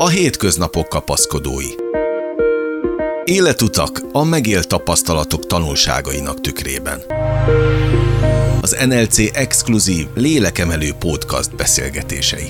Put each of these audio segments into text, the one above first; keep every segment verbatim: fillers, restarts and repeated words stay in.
A hétköznapok kapaszkodói. Életutak a megélt tapasztalatok tanulságainak tükrében. Az en el cé exkluzív, lélekemelő podcast beszélgetései.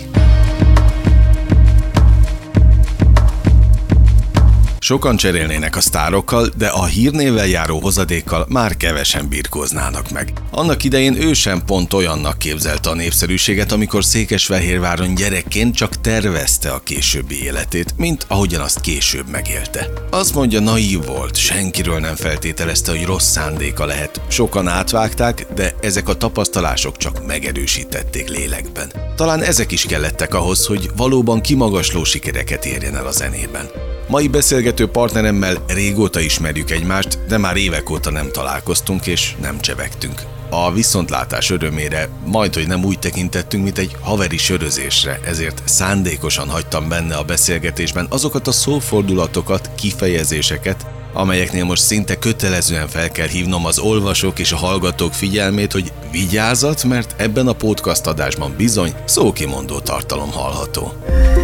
Sokan cserélnének a sztárokkal, de a hírnévvel járó hozadékkal már kevesen birkóznának meg. Annak idején ő sem pont olyannak képzelte a népszerűséget, amikor Székesfehérváron gyerekként csak tervezte a későbbi életét, mint ahogyan azt később megélte. Azt mondja, naív volt, senkiről nem feltételezte, hogy rossz szándéka lehet. Sokan átvágták, de ezek a tapasztalások csak megerősítették lélekben. Talán ezek is kellettek ahhoz, hogy valóban kimagasló sikereket érjen el a zenében. Mai beszélgető partneremmel régóta ismerjük egymást, de már évek óta nem találkoztunk és nem csevegtünk. A viszontlátás örömére majdhogy nem úgy tekintettünk, mint egy haveri sörözésre, ezért szándékosan hagytam benne a beszélgetésben azokat a szófordulatokat, kifejezéseket, amelyeknél most szinte kötelezően fel kell hívnom az olvasók és a hallgatók figyelmét, hogy vigyázat, mert ebben a podcast adásban bizony szókimondó tartalom hallható.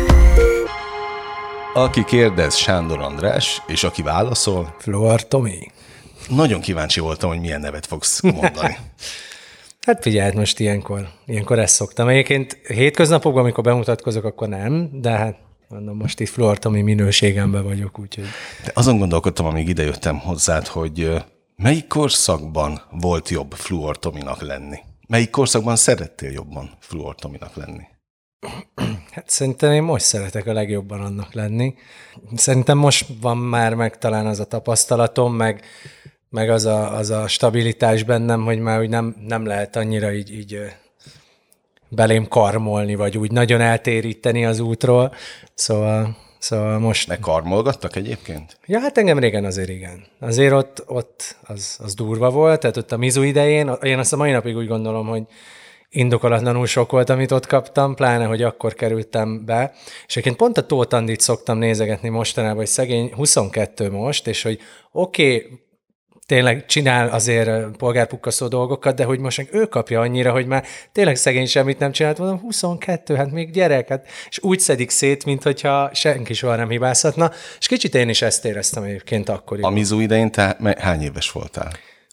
Aki kérdez, Sándor András, és aki válaszol, Fluor Tomi. Nagyon kíváncsi voltam, hogy milyen nevet fogsz mondani. Hát figyelj, most ilyenkor, ilyenkor ezt szoktam. Egyébként hétköznapokban, amikor bemutatkozok, akkor nem, de hát mondom, most itt Fluor Tomi minőségemben vagyok, úgyhogy... De azon gondolkodtam, amíg idejöttem hozzád, hogy melyik korszakban volt jobb Fluor Tominak lenni? Melyik korszakban szerettél jobban Fluor Tominak lenni? Hát szerintem én most szeretek a legjobban annak lenni. Szerintem most van már meg talán az a tapasztalatom, meg, meg az, a, az a stabilitás bennem, hogy már úgy nem, nem lehet annyira így, így belém karmolni, vagy úgy nagyon eltéríteni az útról. Szóval, szóval most... Meg karmolgattak egyébként? Ja, hát engem régen azért igen. Azért ott, ott az, az durva volt, tehát ott a Mizu idején, én azt a mai napig úgy gondolom, hogy indokolatlanul sok volt, amit ott kaptam, pláne, hogy akkor kerültem be. És egyébként pont a Tóth Andit szoktam nézegetni mostanában, hogy szegény huszonkettő most, és hogy oké, okay, tényleg csinál azért polgárpukkasztó dolgokat, de hogy most ő kapja annyira, hogy már tényleg szegény semmit nem csinált, mondom, huszonkettő, hát még gyerek, hát, és úgy szedik szét, mint hogyha senki soha nem hibázhatna, és kicsit én is ezt éreztem egyébként akkor. A Mizu idején te hány éves voltál?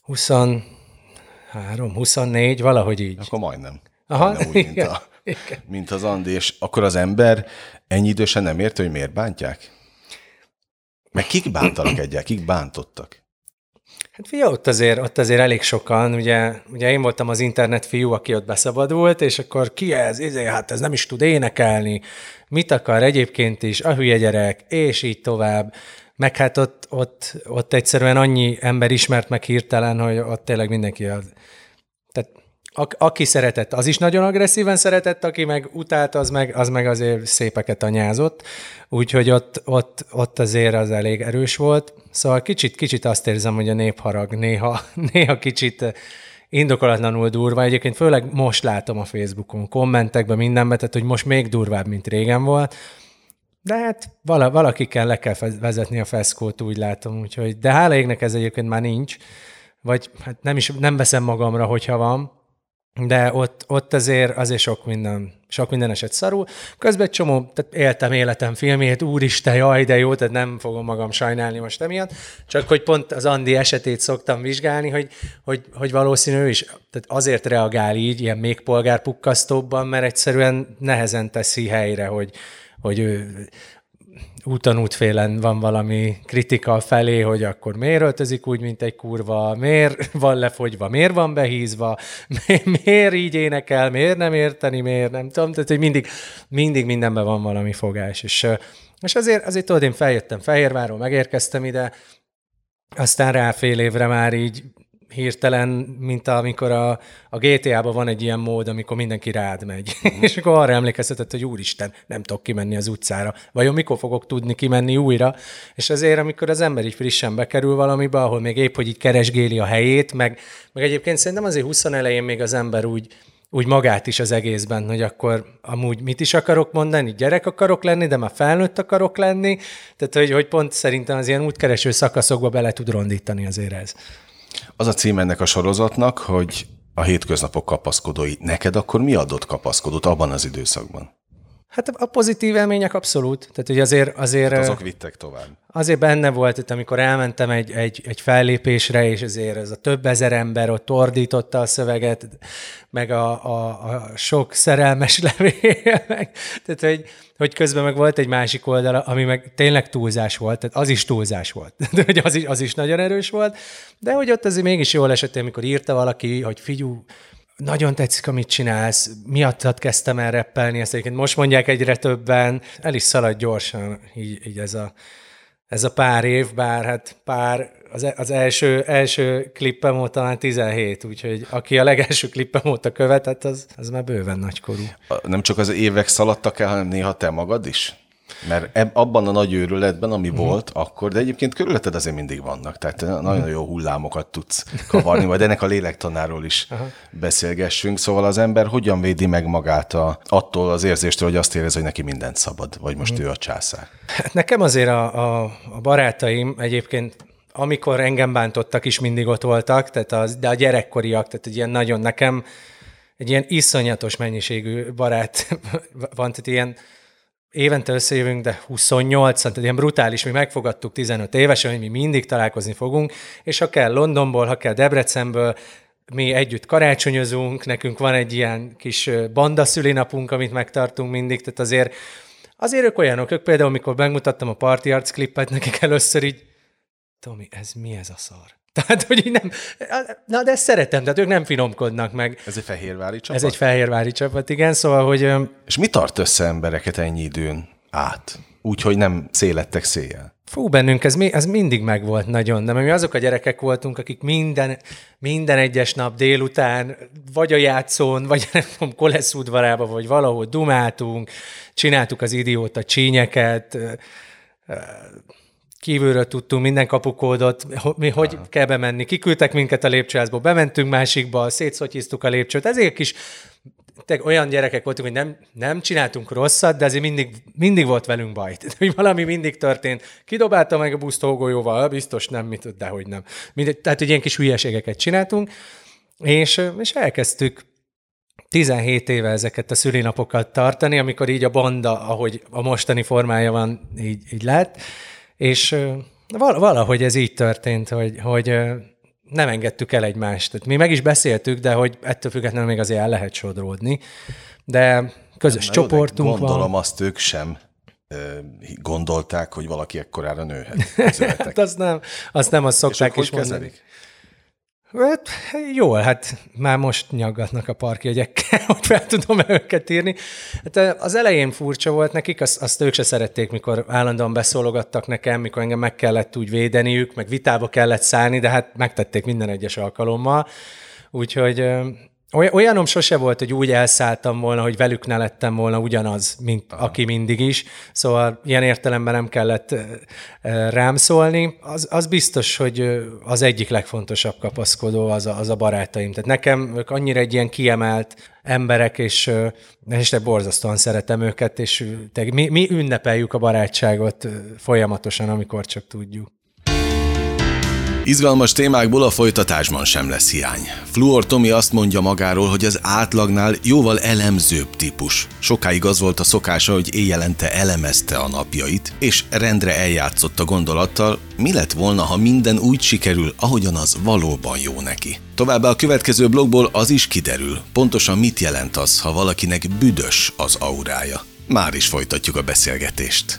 huszonhárom, huszonnégy, valahogy így. Akkor majdnem. Aha, majdnem úgy, mint, a, mint az Andi, és akkor az ember ennyi idősen nem érte, hogy miért bántják? Meg kik bántanak egyáltalán, kik bántottak? Hát figyelj, ott azért, ott azért elég sokan, ugye, ugye én voltam az internet fiú, aki ott beszabadult, és akkor ki ez? Ezért, hát ez nem is tud énekelni, mit akar egyébként is, a hülye gyerek, és így tovább. Meg hát ott, ott, ott egyszerűen annyi ember ismert meg hirtelen, hogy ott tényleg mindenki az... Tehát a, aki szeretett, az is nagyon agresszíven szeretett, aki meg utált, az meg, az meg azért szépeket anyázott. Úgyhogy ott, ott, ott azért az elég erős volt. Szóval kicsit, kicsit azt érzem, hogy a népharag néha, néha kicsit indokolatlanul durva. Egyébként főleg most látom a Facebookon, kommentekben, mindenben, tehát hogy most még durvább, mint régen volt. De hát vala, valakikkel le kell vezetni a feszkót, úgy látom. Úgyhogy, de hála égnek ez egyébként már nincs. Vagy hát nem is nem veszem magamra, hogyha van. De ott, ott azért, azért sok minden, sok minden eset szarul. Közben egy csomó, tehát éltem életem filmét, úristen, jaj, de jó, tehát nem fogom magam sajnálni most emiatt. Csak hogy pont az Andi esetét szoktam vizsgálni, hogy, hogy, hogy valószínű ő is tehát azért reagál így, ilyen még polgárpukkasztóbban, mert egyszerűen nehezen teszi helyre, hogy, hogy ő úton útfélen van valami kritika felé, hogy akkor miért öltözik úgy, mint egy kurva, miért van lefogyva, miért van behízva, miért így énekel, miért nem érteni, miért nem tudom, tehát hogy mindig, mindig mindenben van valami fogás. És, és azért, azért tudod, én feljöttem Fehérvárról, megérkeztem ide, aztán rá fél évre már így hirtelen, mint amikor a, a gé té á-ban van egy ilyen mód, amikor mindenki rád megy. Mm. És akkor arra emlékeztetett, hogy úristen, nem tudok kimenni az utcára. Vajon mikor fogok tudni kimenni újra? És azért, amikor az ember így frissen bekerül valamibe, ahol még épp, hogy így keresgéli a helyét, meg, meg egyébként szerintem azért húsz elején még az ember úgy, úgy magát is az egészben, hogy akkor amúgy mit is akarok mondani, gyerek akarok lenni, de már felnőtt akarok lenni. Tehát, hogy, hogy pont szerintem az ilyen útkereső szakaszokba bele tud rondítani azért ez. Az a cím ennek a sorozatnak, hogy a hétköznapok kapaszkodói. Neked akkor mi adott kapaszkodót abban az időszakban? Hát a pozitív élmények abszolút. Tehát, hogy azért... azért hát azok vittek tovább. Azért benne volt, hogy amikor elmentem egy, egy, egy fellépésre, és azért ez a több ezer ember ott ordította a szöveget, meg a, a, a sok szerelmes levél, meg, tehát, hogy, hogy közben meg volt egy másik oldala, ami meg tényleg túlzás volt, tehát az is túlzás volt, de hogy az is, az is nagyon erős volt, de hogy ott azért mégis jól esett, amikor írta valaki, hogy figyú, nagyon tetszik, amit csinálsz, miattad kezdtem el rappelni, ezt egyébként most mondják egyre többen, el is szalad gyorsan így, így ez, a, ez a pár év, bár hát pár, az, az első, első klippem óta már tizenhét, úgyhogy aki a legelső klippem óta követett, az, az már bőven nagykorú. Nem csak az évek szaladtak el, hanem néha te magad is? Mert eb, abban a nagy őrületben, ami mm. volt akkor, de egyébként körülötted azért mindig vannak, tehát nagyon jó hullámokat tudsz kavarni, majd ennek a lélektanáról is Aha. beszélgessünk. Szóval az ember hogyan védi meg magát a, attól az érzéstől, hogy azt érez, hogy neki mindent szabad, vagy most mm. ő a császár? Nekem azért a, a, a barátaim egyébként, amikor engem bántottak is, mindig ott voltak, tehát az, de a gyerekkoriak, tehát egy ilyen nagyon nekem egy ilyen iszonyatos mennyiségű barát van, tehát ilyen évente összejövünk, de huszonnyolcan, tehát ilyen brutális, mi megfogadtuk tizenöt évesen, hogy mi mindig találkozni fogunk, és ha kell Londonból, ha kell Debrecenből, mi együtt karácsonyozunk, nekünk van egy ilyen kis banda szülinapunk, amit megtartunk mindig, tehát azért, azért ők olyanok, ők például, amikor megmutattam a Party Arts klippet, nekik először így, Tomi, ez mi ez a szar? Tehát, hogy így nem, na de ezt szeretem, tehát ők nem finomkodnak meg. Ez egy fehérvári csapat? Ez egy fehérvári csapat, igen, szóval, hogy... És mi tart össze embereket ennyi időn át? Úgyhogy nem szélettek széjjel? Fú, bennünk ez, ez mindig megvolt nagyon, de mi azok a gyerekek voltunk, akik minden, minden egyes nap délután, vagy a játszón, vagy nem tudom, Kolesz udvarába, vagy valahol dumáltunk, csináltuk az idióta csínyeket, kívülről tudtunk minden kapukódot, mi hogy Aha. kell bemenni. Kiküldtek minket a lépcsőházból, bementünk másikba, szétszotyiztuk a lépcsőt. Ezért kis olyan gyerekek voltunk, hogy nem, nem csináltunk rosszat, de azért mindig, mindig volt velünk baj. Hogy valami mindig történt. Kidobálta meg a buszt hógolyóval, biztos nem, mit, de hogy nem. Mindegy, tehát, hogy ilyen kis hülyeségeket csináltunk, és, és elkezdtük tizenhét éve ezeket a szülinapokat tartani, amikor így a banda, ahogy a mostani formája van, így, így lett. És valahogy ez így történt, hogy, hogy nem engedtük el egymást. Tehát mi meg is beszéltük, de hogy ettől függetlenül még azért el lehet sodródni. De közös Na csoportunk jó, van. Gondolom azt ők sem ö, gondolták, hogy valaki ekkorára nőhet. Hát azt nem, azt nem azt szokták is mondani. Kezelik? Hát, jól, hát már most nyaggatnak a parkjegyekkel, hogy fel tudom őket írni. Hát az elején furcsa volt nekik, azt, azt ők se szerették, mikor állandóan beszólogattak nekem, mikor engem meg kellett úgy védeniük, meg vitába kellett szállni, de hát megtették minden egyes alkalommal. Úgyhogy olyanom sose volt, hogy úgy elszálltam volna, hogy velük ne lettem volna ugyanaz, mint Aha. aki mindig is. Szóval ilyen értelemben nem kellett rám szólni. Az, az biztos, hogy az egyik legfontosabb kapaszkodó az a, az a barátaim. Tehát nekem ők annyira egy ilyen kiemelt emberek, és, és te borzasztóan szeretem őket, és te, mi, mi ünnepeljük a barátságot folyamatosan, amikor csak tudjuk. Izgalmas témákból a folytatásban sem lesz hiány. Fluor Tomi azt mondja magáról, hogy az átlagnál jóval elemzőbb típus. Sokáig az volt a szokása, hogy éjjelente elemezte a napjait, és rendre eljátszott a gondolattal, mi lett volna, ha minden úgy sikerül, ahogyan az valóban jó neki. Továbbá a következő blogból az is kiderül, pontosan mit jelent az, ha valakinek büdös az aurája. Már is folytatjuk a beszélgetést.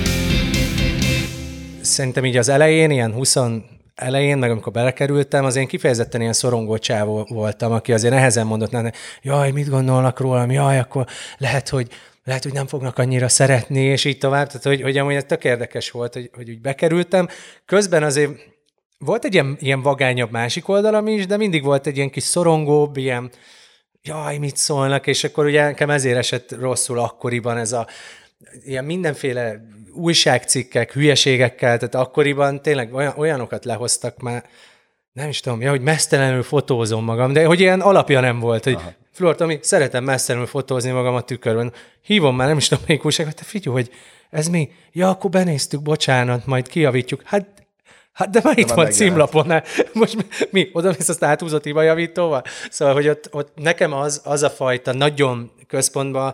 Szerintem így az elején, ilyen húsz elején, meg amikor belekerültem, az én kifejezetten ilyen szorongó csávó voltam, aki azért nehezen mondott, nem, jaj, mit gondolnak rólam, jaj, akkor lehet, hogy, lehet, hogy nem fognak annyira szeretni, és így tovább. Tehát, hogy, hogy amúgy ez tök érdekes volt, hogy, hogy úgy bekerültem. Közben azért volt egy ilyen, ilyen vagányabb másik oldalam is, de mindig volt egy ilyen kis szorongóbb, ilyen jaj, mit szólnak, és akkor ugye nekem ezért esett rosszul akkoriban ez a ilyen mindenféle újságcikkek, hülyeségekkel, tehát akkoriban tényleg olyan, olyanokat lehoztak már, nem is tudom, ja, hogy mesztelenül fotózom magam, de hogy ilyen alapja nem volt, hogy Fluor Tomi, szeretem mesztelenül fotózni magam a tükörön. Hívom már, nem is tudom, melyik újságot, te figyelj, hogy ez mi? Ja, akkor benéztük, bocsánat, majd kijavítjuk. Hát, hát de már itt van címlapon, most mi, oda mész azt áthúzott hibajavítóval? Szóval, hogy ott, ott nekem az, az a fajta nagyon központban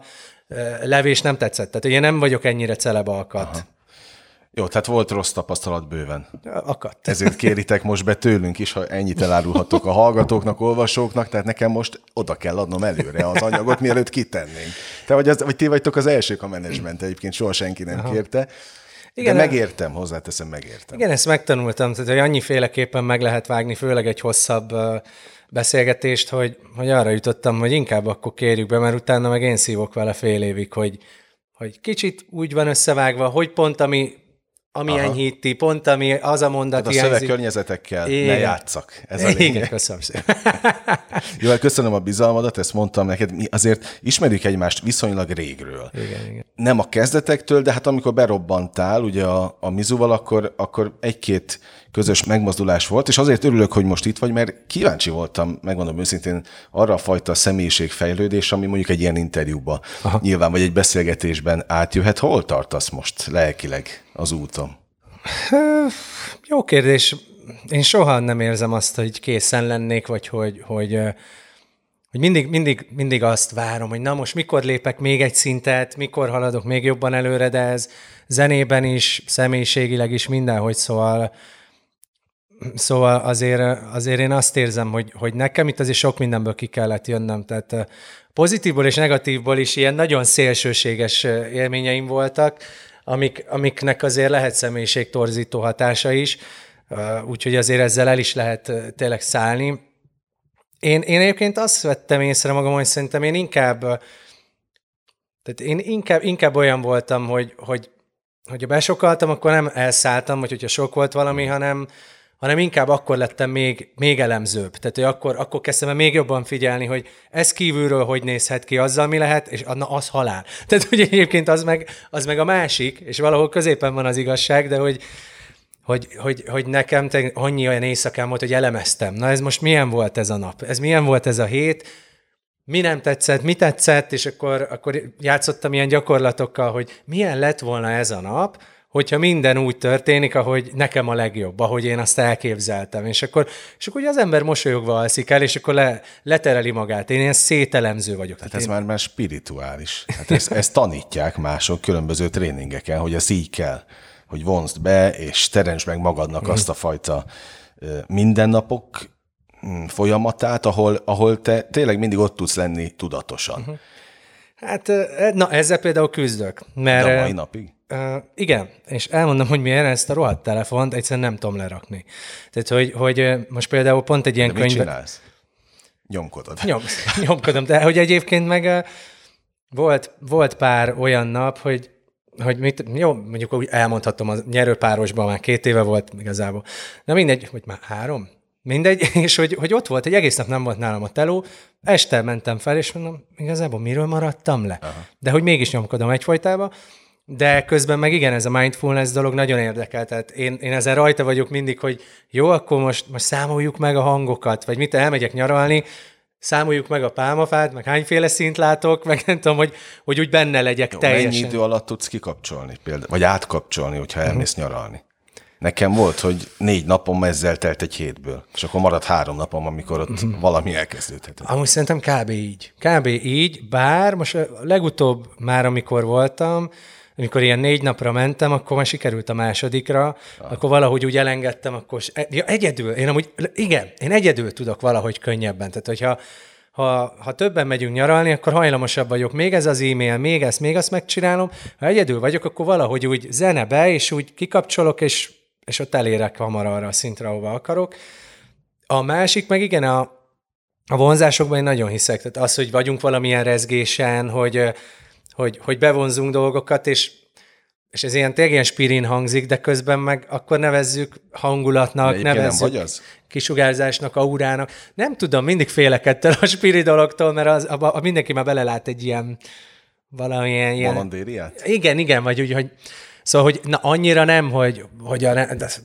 levés nem tetszett. Tehát ugye nem vagyok ennyire celeba akadt. Aha. Jó, tehát volt rossz tapasztalat bőven. Akadt. Ezért kéritek most be tőlünk is, ha ennyit elárulhatok a hallgatóknak, olvasóknak, tehát nekem most oda kell adnom előre az anyagot, mielőtt kitennénk. Te vagy, az, vagy ti vagytok az elsők a menedzsment, egyébként soha senki nem Aha. kérte. Igen, de megértem, hozzáteszem, megértem. Igen, ezt megtanultam, tehát hogy annyiféleképpen meg lehet vágni, főleg egy hosszabb beszélgetést, hogy, hogy arra jutottam, hogy inkább akkor kérjük be, mert utána meg én szívok vele fél évig, hogy, hogy kicsit úgy van összevágva, hogy pont ami ami Aha. enyhíti, pont ami az a mondat hiányzik. A szövegkörnyezetekkel ne játszak. Ez a lényeg. Igen, köszönöm szépen. Jó, köszönöm a bizalmadat, ezt mondtam neked. Mi azért ismerjük egymást viszonylag régről. Igen, igen. Nem a kezdetektől, de hát amikor berobbantál ugye a, a Mizuval, akkor, akkor egy-két közös megmozdulás volt, és azért örülök, hogy most itt vagy, mert kíváncsi voltam, megmondom őszintén, arra a fajta személyiségfejlődés, ami mondjuk egy ilyen interjúban Aha. nyilván, vagy egy beszélgetésben átjöhet. Hol tartasz most lelkileg az úton? Jó kérdés. Én soha nem érzem azt, hogy készen lennék, vagy hogy, hogy, hogy mindig, mindig, mindig azt várom, hogy na most mikor lépek még egy szintet, mikor haladok még jobban előre, de ez zenében is, személyiségileg is mindenhogy, szóval Szóval azért, azért én azt érzem, hogy, hogy nekem itt azért sok mindenből ki kellett jönnöm. Tehát pozitívból és negatívból is ilyen nagyon szélsőséges élményeim voltak, amik, amiknek azért lehet személyiségtorzító hatása is, úgyhogy azért ezzel el is lehet tényleg szállni. Én, én egyébként azt vettem észre magam, hogy szerintem én inkább, tehát én inkább, inkább olyan voltam, hogy, hogy, hogyha besokaltam, akkor nem elszálltam, vagy hogyha sok volt valami, hanem hanem inkább akkor lettem még, még elemzőbb. Tehát, hogy akkor, akkor kezdtem el még jobban figyelni, hogy ez kívülről hogy nézhet ki, azzal mi lehet, és na, az halál. Tehát, hogy egyébként az meg, az meg a másik, és valahol középen van az igazság, de hogy, hogy, hogy, hogy nekem annyi olyan éjszakám volt, hogy elemeztem. Na ez most milyen volt ez a nap? Ez milyen volt ez a hét? Mi nem tetszett, mi tetszett? És akkor, akkor játszottam ilyen gyakorlatokkal, hogy milyen lett volna ez a nap, hogyha minden úgy történik, ahogy nekem a legjobb, ahogy én azt elképzeltem. És akkor, és akkor ugye az ember mosolyogva alszik el, és akkor le, letereli magát. Én ilyen szételemző vagyok. Tehát ez én... már már spirituális. Hát ezt, ezt tanítják mások különböző tréningeken, hogy ez így kell, hogy vonzd be, és teremtsd meg magadnak azt a fajta mindennapok folyamatát, ahol, ahol te tényleg mindig ott tudsz lenni tudatosan. Uh-huh. Hát, na ezzel például küzdök. Mert, de a mai napig? Uh, igen, és elmondom, hogy miért ezt a rohadt telefont egyszerűen nem tudom lerakni. Tehát, hogy, hogy most például pont egy ilyen de könyv... mit csinálsz? Nyomkodod. Nyom, nyomkodom, de hogy egyébként meg uh, volt, volt pár olyan nap, hogy, hogy mit, jó, mondjuk úgy elmondhatom, a nyerőpárosban már két éve volt igazából. Na mindegy, hogy már három? Mindegy, és hogy, hogy ott volt, egy egész nap nem volt nálam a teló, este mentem fel, és mondom, igazából miről maradtam le? Aha. De hogy mégis nyomkodom egyfolytában, de közben meg igen, ez a mindfulness dolog nagyon érdekel, tehát én, én ezen rajta vagyok mindig, hogy jó, akkor most, most számoljuk meg a hangokat, vagy mit, elmegyek nyaralni, számoljuk meg a pálmafát, meg hányféle szint látok, meg nem tudom, hogy, hogy úgy benne legyek jó, teljesen. Mennyi idő alatt tudsz kikapcsolni például, vagy átkapcsolni, hogyha elmész uh-huh. nyaralni? Nekem volt, hogy négy napom ezzel telt egy hétből, és akkor maradt három napom, amikor ott uh-huh. valami elkezdődhetett. Amúgy szerintem kb. így. Kb. így, bár most legutóbb már, amikor voltam, amikor ilyen négy napra mentem, akkor már sikerült a másodikra, ah. akkor valahogy úgy elengedtem, akkor ja, egyedül, én amúgy, igen, én egyedül tudok valahogy könnyebben. Tehát, hogyha ha, ha többen megyünk nyaralni, akkor hajlamosabb vagyok. Még ez az e-mail, még ezt, még azt megcsinálom. Ha egyedül vagyok, akkor valahogy úgy zene be, és úgy kikapcsolok, és, és ott elérek hamar arra a szintre, ahova akarok. A másik meg igen, a, a vonzásokban én nagyon hiszek. Tehát az, hogy vagyunk valamilyen rezgésen, hogy Hogy, hogy bevonzunk dolgokat, és, és ez ilyen tényleg ilyen spirin hangzik, de közben meg akkor nevezzük hangulatnak, nevezzük kisugárzásnak, aurának. Nem tudom, mindig félek ettől a spiri dologtól, mert az, a, a mindenki már belelát egy ilyen valamilyen ilyen... Valandériát? Igen, igen, vagy úgy, hogy... Szóval, hogy na, annyira nem, hogy, hogy a, de,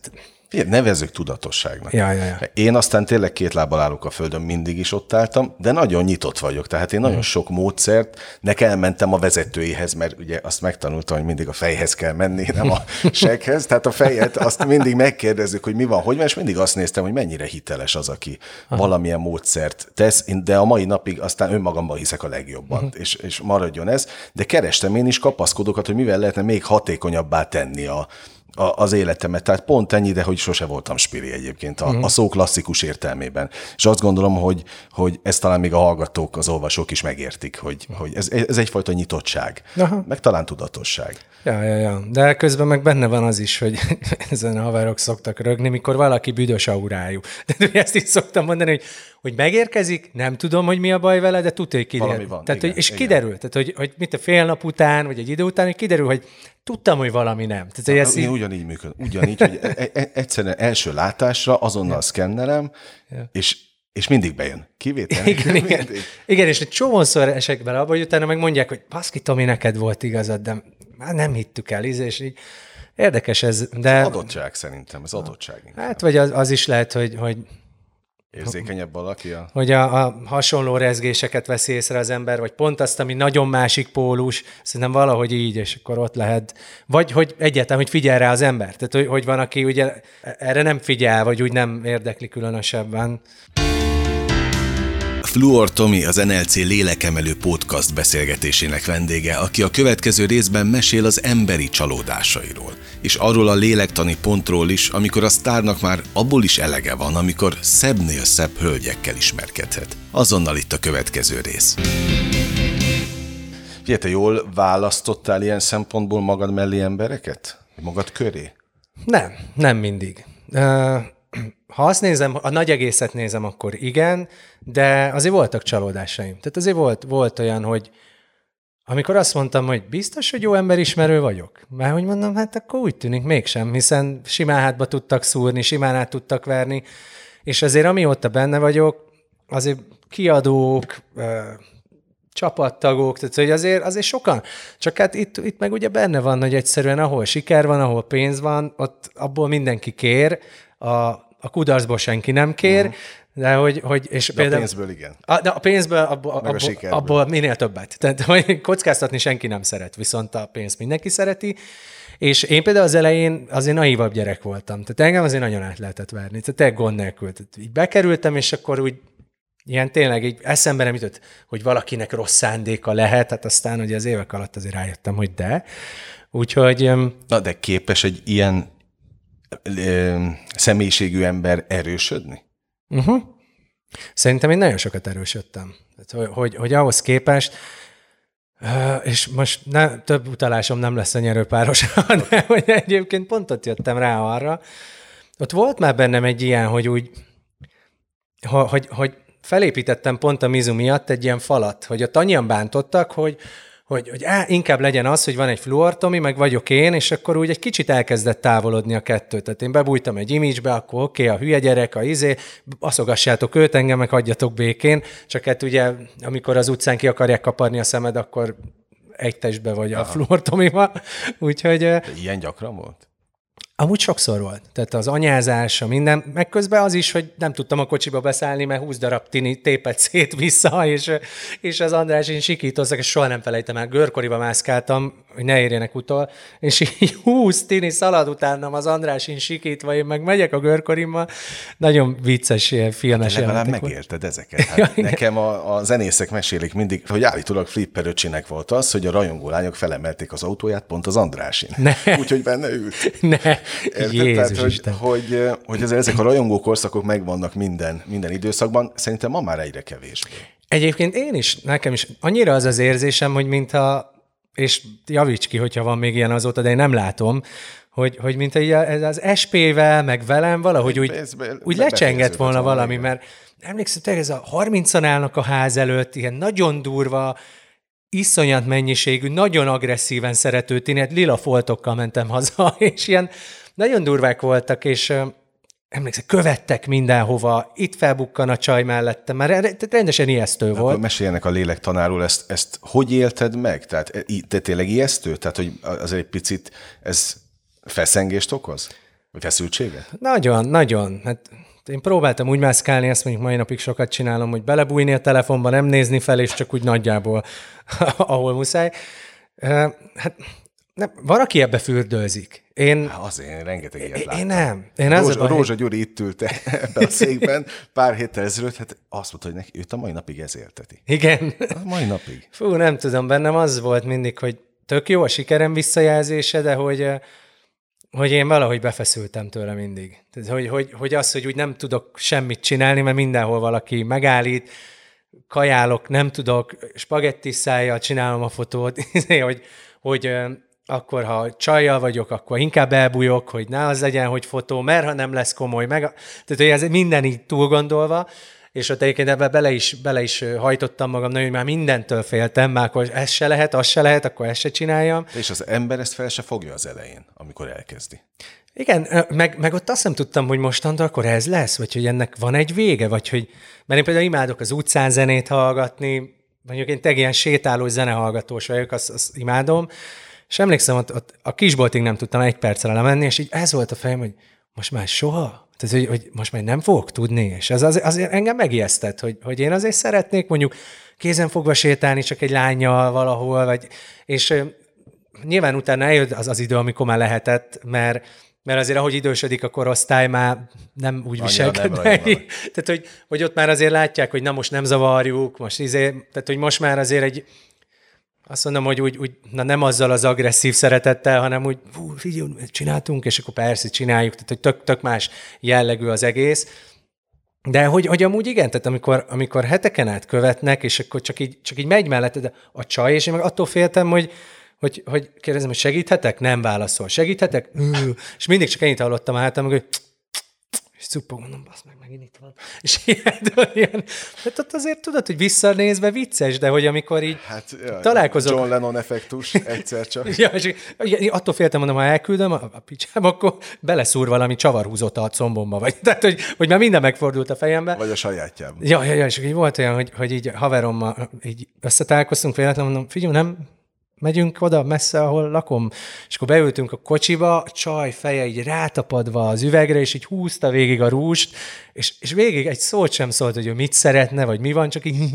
Nevezzük tudatosságnak. Ja, ja, ja. Én aztán tényleg két lábbal állok a földön, mindig is ott álltam, de nagyon nyitott vagyok. Tehát én nagyon sok módszert, nekem elmentem a vezetőihez, mert ugye azt megtanultam, hogy mindig a fejhez kell menni, nem a seghez. Tehát a fejet azt mindig megkérdezzük, hogy mi van, hogy van, és mindig azt néztem, hogy mennyire hiteles az, aki Aha. valamilyen módszert tesz, de a mai napig aztán önmagamban hiszek a legjobban, uh-huh. és, és maradjon ez. De kerestem én is kapaszkodókat, hogy mivel lehetne még hatékonyabbá tenni a az életemet. Tehát pont ennyi, de hogy sose voltam spiri egyébként a, uh-huh. a szó klasszikus értelmében. És azt gondolom, hogy, hogy ezt talán még a hallgatók, az olvasók is megértik, hogy, hogy ez, ez egyfajta nyitottság, Aha. meg talán tudatosság. Ja, ja, ja. De közben meg benne van az is, hogy ezen a haverok szoktak rögni, mikor valaki büdös aurájú. De ezt is szoktam mondani, hogy, hogy megérkezik, nem tudom, hogy mi a baj vele, de tudja, hogy kiderül. Valami van. Tehát, igen, hogy, és igen. kiderül, tehát, hogy, hogy mit a fél nap után, vagy egy idő után, hogy kiderül, hogy tudtam, hogy valami nem. Tehát, hogy ez így... ugyanígy működ. Ugyanígy, hogy egyszerűen első látásra azonnal ja. szkennerem, ja. és és mindig bejön. Kivétel. Igen, igen. igen, és egy csomószor esek bele abba, hogy utána meg mondják, hogy baszki, Tomi, neked volt igazad, de már nem hittük el, és így érdekes ez. De... Ez adottság szerintem, ez adottság. Inkább. Hát, vagy az, az is lehet, hogy, hogy érzékenyebb valaki? A... Hogy a, a hasonló rezgéseket veszi észre az ember, vagy pont azt, ami nagyon másik pólus, szerintem valahogy így, és akkor ott lehet. Vagy hogy egyáltalán, hogy figyel rá az ember. Tehát, hogy, hogy van, aki ugye erre nem figyel, vagy úgy nem érdekli különösebben. Fluor Tomi az en el cé Lélekemelő Podcast beszélgetésének vendége, aki a következő részben mesél az emberi csalódásairól, és arról a lélektani pontról is, amikor a sztárnak már abból is elege van, amikor szebbnél szebb hölgyekkel ismerkedhet. Azonnal itt a következő rész. Figyelj, te jól választottál ilyen szempontból magad mellé embereket? Magad köré? Nem, nem mindig. Uh... Ha azt nézem, a nagy egészet nézem, akkor igen, de azért voltak csalódásaim. Tehát azért volt, volt olyan, hogy amikor azt mondtam, hogy biztos, hogy jó emberismerő vagyok, mert hogy mondom, hát akkor úgy tűnik mégsem, hiszen simán hátba tudtak szúrni, simán át tudtak verni, és azért amióta benne vagyok, azért kiadók, csapattagok, tehát hogy azért, azért sokan. Csak hát itt, itt meg ugye benne van, hogy egyszerűen ahol siker van, ahol pénz van, ott abból mindenki kér, a a kudarcból senki nem kér, uh-huh. de hogy... hogy és de például, a pénzből igen. A, de a pénzből, abból, abból, abból minél többet. Tehát hogy kockáztatni senki nem szeret, viszont a pénzt mindenki szereti. És én például az elején azért naívabb gyerek voltam. Tehát engem azért nagyon át lehetett verni. Tehát tényleg gond nélkül. Tehát így bekerültem, és akkor úgy ilyen tényleg így eszembe nem jutott, hogy valakinek rossz szándéka lehet, hát aztán ugye az évek alatt azért rájöttem, hogy de. Úgyhogy... Na, de képes egy ilyen személyiségű ember erősödni? Uh-huh. Szerintem én nagyon sokat erősödtem. Tehát, hogy, hogy, hogy ahhoz képest, és most ne, több utalásom nem lesz a nyerőpárosra, de hogy egyébként pont ott jöttem rá arra, ott volt már bennem egy ilyen, hogy úgy, hogy, hogy felépítettem pont a Mizu miatt egy ilyen falat, hogy ott annyian bántottak, hogy hogy, hogy á, inkább legyen az, hogy van egy Fluor Tomi, meg vagyok én, és akkor úgy egy kicsit elkezdett távolodni a kettő. Tehát én bebújtam egy image-be, akkor oké, okay, a hülye gyerek, a izé, baszogassátok őt, engem meg hagyjatok békén. Csak hát ugye, amikor az utcán ki akarják kaparni a szemed, akkor egy testbe vagy Aha. a Fluor Tomiba. Úgyhogy... De ilyen gyakran volt? Amúgy sokszor volt. Tehát az anyázás, a minden, meg közben az is, hogy nem tudtam a kocsiba beszállni, mert húsz darab tini tépett szét vissza, és, és az András én sikítoztak, és soha nem felejtem el, görkoriba mászkáltam, hogy ne érjenek utol, és így húsz tini szalad utánam az András én sikítva, én meg megyek a görkorimmal. Nagyon vicces, filmes hát legalább megérted ezeket. Hát ja, nekem a, a zenészek mesélik mindig, hogy állítólag Flipper öcsinek volt az, hogy a rajongó lányok felemelték az autóját pont az Andrásin. Úgyhogy benne ült. Ne. Érted? Tehát, hogy, hogy, hogy azért ezek a rajongó korszakok megvannak minden, minden időszakban, szerintem ma már egyre kevésbé. Egyébként én is, nekem is annyira az az érzésem, hogy mintha, és javíts ki, hogyha van még ilyen azóta, de én nem látom, hogy, hogy mint ez az es pé-vel, meg velem valahogy úgy, be, be, úgy lecsengett volna valami, igen. Mert emlékszem, hogy ez a harmincan állnak a ház előtt, ilyen nagyon durva, iszonyat mennyiségű, nagyon agresszíven szerető tini, lila foltokkal mentem haza, és ilyen nagyon durvák voltak, és uh, emlékszem, követtek mindenhova, itt felbukkan a csaj mellettem, mert rendesen ijesztő volt. Akkor meséljenek a lélektanáról, ezt, ezt hogy élted meg? Tehát te tényleg ijesztő? Tehát, hogy azért egy picit ez feszengést okoz? Feszültséget? Nagyon, nagyon. Hát én próbáltam úgy mászkálni, ezt mondjuk mai napig sokat csinálom, hogy belebújni a telefonba, nem nézni fel, és csak úgy nagyjából, ahol muszáj. Hát nem, van, aki ebbe fürdőzik. Én, Há, azért én rengeteg ilyet láttam. Én nem. Én Rózsa, a Rózsa Gyuri itt ült ebben a székben pár héttel ezelőtt, hát azt mondta, hogy neki, őt a mai napig ez élteti. Igen. A mai napig. Fú, nem tudom, bennem az volt mindig, hogy tök jó a sikerem visszajelzése, de hogy, hogy én valahogy befeszültem tőle mindig. Tehát, hogy, hogy, hogy az, hogy úgy nem tudok semmit csinálni, mert mindenhol valaki megállít, kajálok, nem tudok, spagettis szájjal csinálom a fotót, hogy, hogy akkor, ha csajjal vagyok, akkor inkább elbújok, hogy ne az legyen, hogy fotó, mert ha nem lesz komoly, meg... Tehát, hogy ez minden így túl gondolva, és ott egyébként ebbe bele is, bele is hajtottam magam, hogy már mindentől féltem, már akkor ez se lehet, az se lehet, akkor ezt se csináljam. És az ember ezt fel se fogja az elején, amikor elkezdi. Igen, meg, meg ott azt nem tudtam, hogy mostantól akkor ez lesz, vagy hogy ennek van egy vége, vagy hogy... Mert én például imádok az utcán zenét hallgatni, mondjuk én tényleg ilyen sétáló zenehallgatós vagyok, azt, azt imádom, és emlékszem, ott, ott a kisboltig nem tudtam egy percre lemenni, és így ez volt a fejem, hogy most már soha? Tehát, hogy, hogy most már nem fogok tudni, és ez azért, azért engem megijesztett, hogy, hogy én azért szeretnék mondjuk kézenfogva sétálni csak egy lánnyal valahol, vagy, és uh, nyilván utána eljött az az idő, amikor már lehetett, mert, mert azért ahogy idősödik a korosztály, már nem úgy viselkednek. Tehát, hogy, hogy ott már azért látják, hogy na most nem zavarjuk, most izé, tehát, hogy most már azért egy azt mondom, hogy úgy, úgy na nem azzal az agresszív szeretettel, hanem úgy, hú, figyelj, csináltunk, és akkor persze csináljuk, tehát hogy tök, tök más jellegű az egész. De hogy, hogy amúgy igen, tehát amikor, amikor heteken át követnek, és akkor csak így, csak így megy mellette a csaj, és én meg attól féltem, hogy, hogy, hogy kérdezem, hogy segíthetek? Nem válaszol. Segíthetek? És mindig csak ennyit hallottam a hátam, hogy és szuppog, mondom, basz meg, megint itt van. És ilyen, ilyen, hát ott azért tudod, hogy visszanézve vicces, de hogy amikor így hát, jaj, találkozok... John Lennon effektus, egyszer csak. ja, és attól féltem, mondom, ha elküldöm a, a picsába, akkor beleszúr valami csavarhúzót a combomba, vagy tehát, hogy, hogy már minden megfordult a fejembe. Vagy a sajátjában. Ja, ja, ja, és így volt olyan, hogy, hogy így haverommal így összetalálkoztunk, véletlenül mondom, figyelj, nem megyünk oda messze, ahol lakom. És akkor beültünk a kocsiba, a csaj feje így rátapadva az üvegre, és így húzta végig a rúst, és, és végig egy szót sem szólt, hogy ő mit szeretne, vagy mi van, csak így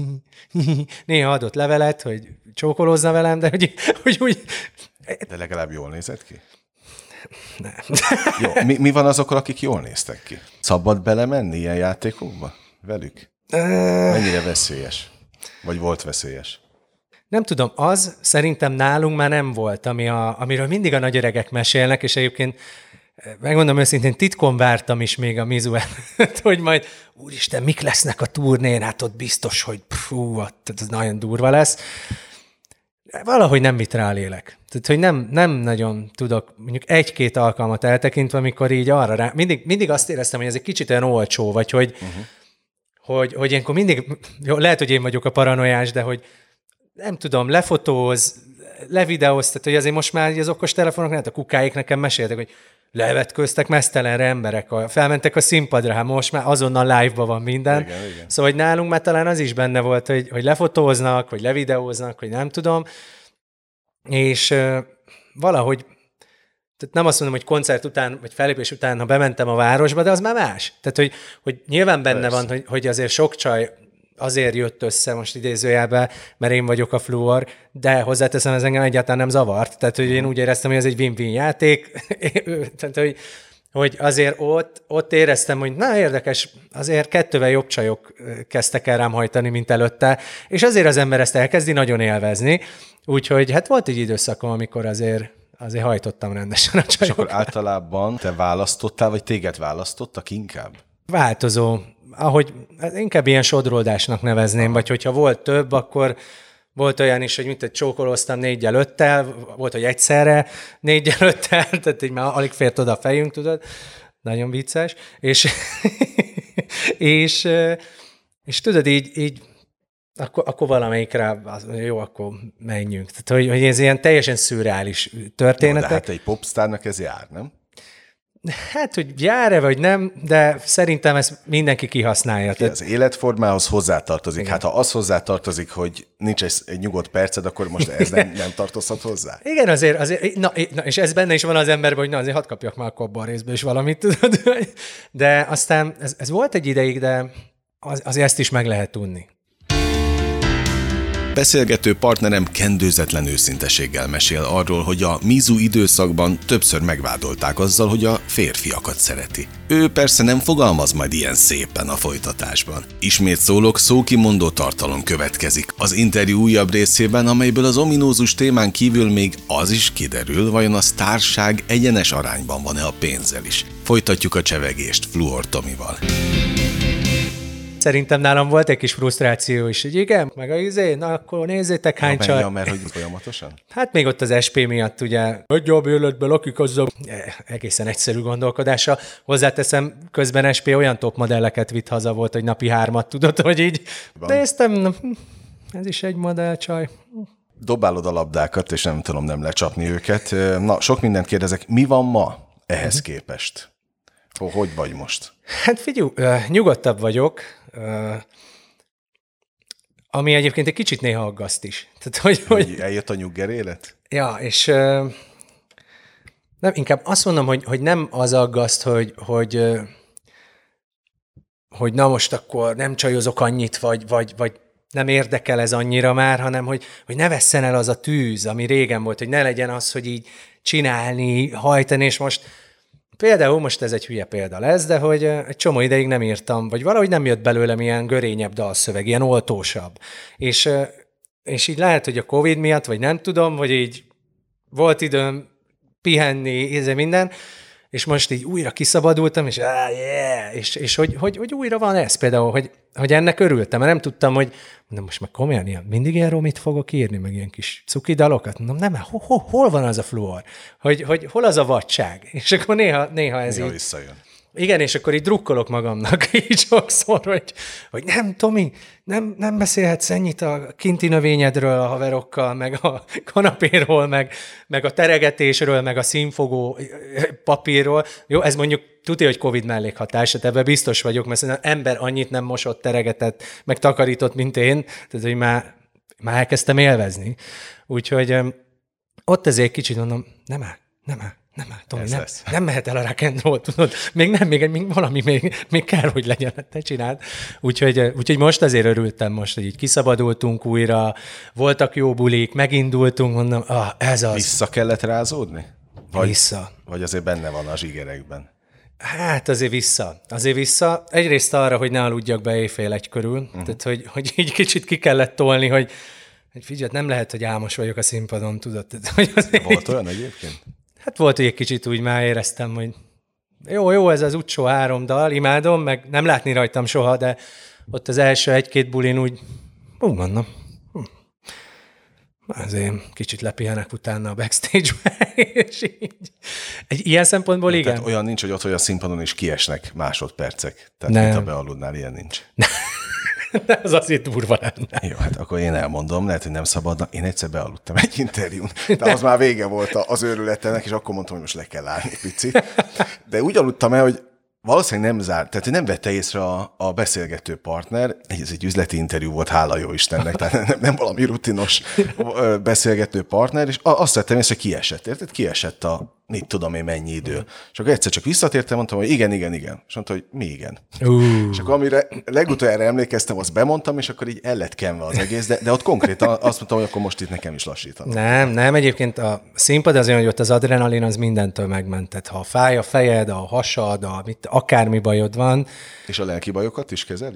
néha adott levelet, hogy csókolózna velem, de hogy, hogy úgy... De legalább jól nézett ki? Nem. Jó, mi, mi van azokkal, akik jól néztek ki? Szabad belemenni ilyen játékokba velük? Mennyire veszélyes? Vagy volt veszélyes? Nem tudom, az szerintem nálunk már nem volt, ami a, amiről mindig a nagyöregek mesélnek, és egyébként megmondom őszintén, titkon vártam is még a Mizu előtt, hogy majd, úristen, mik lesznek a turnén, hát ott biztos, hogy pfú, ott, ez nagyon durva lesz. Valahogy nem mit rálélek. Tehát, hogy nem, nem nagyon tudok, mondjuk egy-két alkalmat eltekintve, amikor így arra rá, mindig, mindig azt éreztem, hogy ez egy kicsit olyan olcsó, vagy hogy, uh-huh. hogy, hogy ilyenkor mindig, jó, lehet, hogy én vagyok a paranoiás, de hogy nem tudom, lefotóz, levideóz, tehát hogy azért most már az okos telefonok, hát a kukáik nekem meséltek, hogy levetköztek mesztelenre emberek, felmentek a színpadra, hát most már azonnal live-ban van minden. Igen, igen. Szóval, hogy nálunk már talán az is benne volt, hogy, hogy lefotóznak, vagy levideóznak, hogy nem tudom, és uh, valahogy, tehát nem azt mondom, hogy koncert után, vagy fellépés után, ha bementem a városba, de az már más. Tehát, hogy, hogy nyilván benne Persze. van, hogy, hogy azért sok csaj azért jött össze most idézőjelben, mert én vagyok a fluor, de hozzáteszem, ez engem egyáltalán nem zavart. Tehát, hogy én úgy éreztem, hogy ez egy win-win játék. Tehát, hogy, hogy azért ott, ott éreztem, hogy na érdekes, azért kettővel jobb csajok kezdtek el rám hajtani, mint előtte, és azért az ember ezt elkezdi nagyon élvezni. Úgyhogy hát volt egy időszakom, amikor azért, azért hajtottam rendesen a csajokat. És akkor általában te választottál, vagy téged választottak inkább? Változó. Ahogy inkább ilyen sodródásnak nevezném, Aha. vagy hogyha volt több, akkor volt olyan is, hogy mint egy csókolóztam négyel öttel, volt, hogy egyszerre négyel öttel, tehát így már alig fért oda a fejünk, tudod, nagyon vicces, és, és, és tudod, így, így akkor, akkor valamelyikre, jó, akkor menjünk. Tehát, hogy, hogy ez ilyen teljesen szürreális történetek. Jó, de hát egy popstárnak ez jár, nem? Hát, hogy jár-e vagy nem, de szerintem ezt mindenki kihasználja. Tehát... Az életformához hozzátartozik. Igen. Hát ha az hozzátartozik, hogy nincs egy, egy nyugodt perced, akkor most ez nem, nem tartozhat hozzá. Igen, azért, azért na, na, és ez benne is van az emberben, hogy na, azért hadd kapjak már akkor abban a részben is valamit, tudod. De aztán ez, ez volt egy ideig, de az, azért ezt is meg lehet tudni. Beszélgető partnerem kendőzetlen őszinteséggel mesél arról, hogy a MeToo időszakban többször megvádolták azzal, hogy a férfiakat szereti. Ő persze nem fogalmaz majd ilyen szépen a folytatásban. Ismét szólok, szókimondó tartalom következik az interjú újabb részében, amelyből az ominózus témán kívül még az is kiderül, vajon a sztárság egyenes arányban van-e a pénzzel is. Folytatjuk a csevegést Fluor Tomival. Szerintem nálam volt egy kis frusztráció is, hogy igen, meg a izé, na akkor nézzétek hány csaj. csaj. Mert hogy folyamatosan? Hát még ott az es pé miatt ugye, egy jobb életben lakik azzal. Egészen egyszerű gondolkodása. Hozzáteszem, közben es pé olyan top modelleket vitt haza volt, hogy napi hármat tudott, hogy így van. Néztem, ez is egy modellcsaj. Dobálod a labdákat, és nem tudom, nem lecsapni őket. Na, sok mindent kérdezek. Mi van ma ehhez uh-huh. képest? Hogy vagy most? Hát figyelj, nyugodtabb vagyok, ami egyébként egy kicsit néha aggaszt is. Tehát, hogy, hogy... Eljött a nyugger élet? Ja, és nem, inkább azt mondom, hogy, hogy nem az aggaszt, hogy, hogy, hogy na most akkor nem csajozok annyit, vagy, vagy, vagy nem érdekel ez annyira már, hanem hogy, hogy ne vesszen el az a tűz, ami régen volt, hogy ne legyen az, hogy így csinálni, hajtani, és most például, most ez egy hülye példa lesz, de hogy egy csomó ideig nem írtam, vagy valahogy nem jött belőlem ilyen görényebb dalszöveg, ilyen oltósabb. És, és így lehet, hogy a Covid miatt, vagy nem tudom, hogy így volt időm pihenni, ez minden, és most így újra kiszabadultam, és ah, yeah! és, és hogy, hogy, hogy újra van ez például, hogy, hogy ennek örültem, mert nem tudtam, hogy mondom, most meg komolyan ilyen, mindig ilyen romit fogok írni, meg ilyen kis cuki dalokat. Mondom, nem, hol, hol, hol van az a fluor? Hogy, hogy hol az a vadság? És akkor néha, néha ez néha így... visszajön. Igen, és akkor így drukkolok magamnak így sokszor, hogy, hogy nem, Tomi, nem, nem beszélhetsz ennyit a kinti növényedről a haverokkal, meg a kanapéról, meg, meg a teregetésről, meg a színfogó papírról. Jó, ez mondjuk tudja, hogy Covid mellékhatás, tehát ebben biztos vagyok, mert szerintem ember annyit nem mosott, teregetett, meg takarított, mint én, tehát hogy már, már elkezdtem élvezni. Úgyhogy ott ezért kicsit mondom, nem áll, nem áll. Nem, Tomi, nem, nem mehet el a rock and roll, tudod? Még nem, még, még valami még, még kell, hogy legyen, te csináld. Úgyhogy, úgyhogy most azért örültem most, hogy így kiszabadultunk újra, voltak jó bulik, megindultunk, mondom, ah, ez az. Vissza kellett rázódni? Vagy, vissza. Vagy azért benne van a zsigerekben? Hát azért vissza. Azért vissza. Egyrészt arra, hogy ne aludjak be éjfél egy körül. Uh-huh. Tehát, hogy, hogy így kicsit ki kellett tolni, hogy, hogy figyelj, nem lehet, hogy álmos vagyok a színpadon, tudod? Hogy volt olyan egyébként? Hát volt, hogy egy kicsit úgy már éreztem, hogy jó, jó, ez az utcsó három dal, imádom, meg nem látni rajtam soha, de ott az első egy-két bulin úgy, úgy mondom, hm. azért kicsit lepihenek utána a backstage-be, és így. Egy ilyen szempontból ja, igen. Tehát olyan nincs, hogy ott vagy a színpadon is kiesnek másodpercek. Tehát nem. Mint ha bealudnál, ilyen nincs. De az azért durva lenne. Jó, hát akkor én elmondom, lehet, hogy nem szabadna. Én egyszer bealudtam egy interjún, de az már vége volt az őrületenek, és akkor mondtam, hogy most le kell állni picit. De úgy aludtam el, hogy valószínűleg nem zárt, tehát nem vette észre a, a beszélgető partner, ez egy üzleti interjú volt, hála jó Istennek, tehát nem, nem valami rutinos beszélgető partner, és azt vettem észre, hogy kiesett, érted? Kiesett a mit tudom én mennyi idő. És akkor egyszer csak visszatértem, mondtam, hogy igen, igen, igen. És mondta, hogy mi igen. Uh. És akkor amire legutoljára emlékeztem, azt bemondtam, és akkor így el lett kenve az egész, de, de ott konkrétan azt mondtam, hogy akkor most itt nekem is lassítanom. Nem, nem, egyébként a színpad azért, hogy ott az adrenalin az mindentől megmentett. Ha fáj a fejed, a hasad, a mit, akármi bajod van. És a lelki bajokat is kezeli?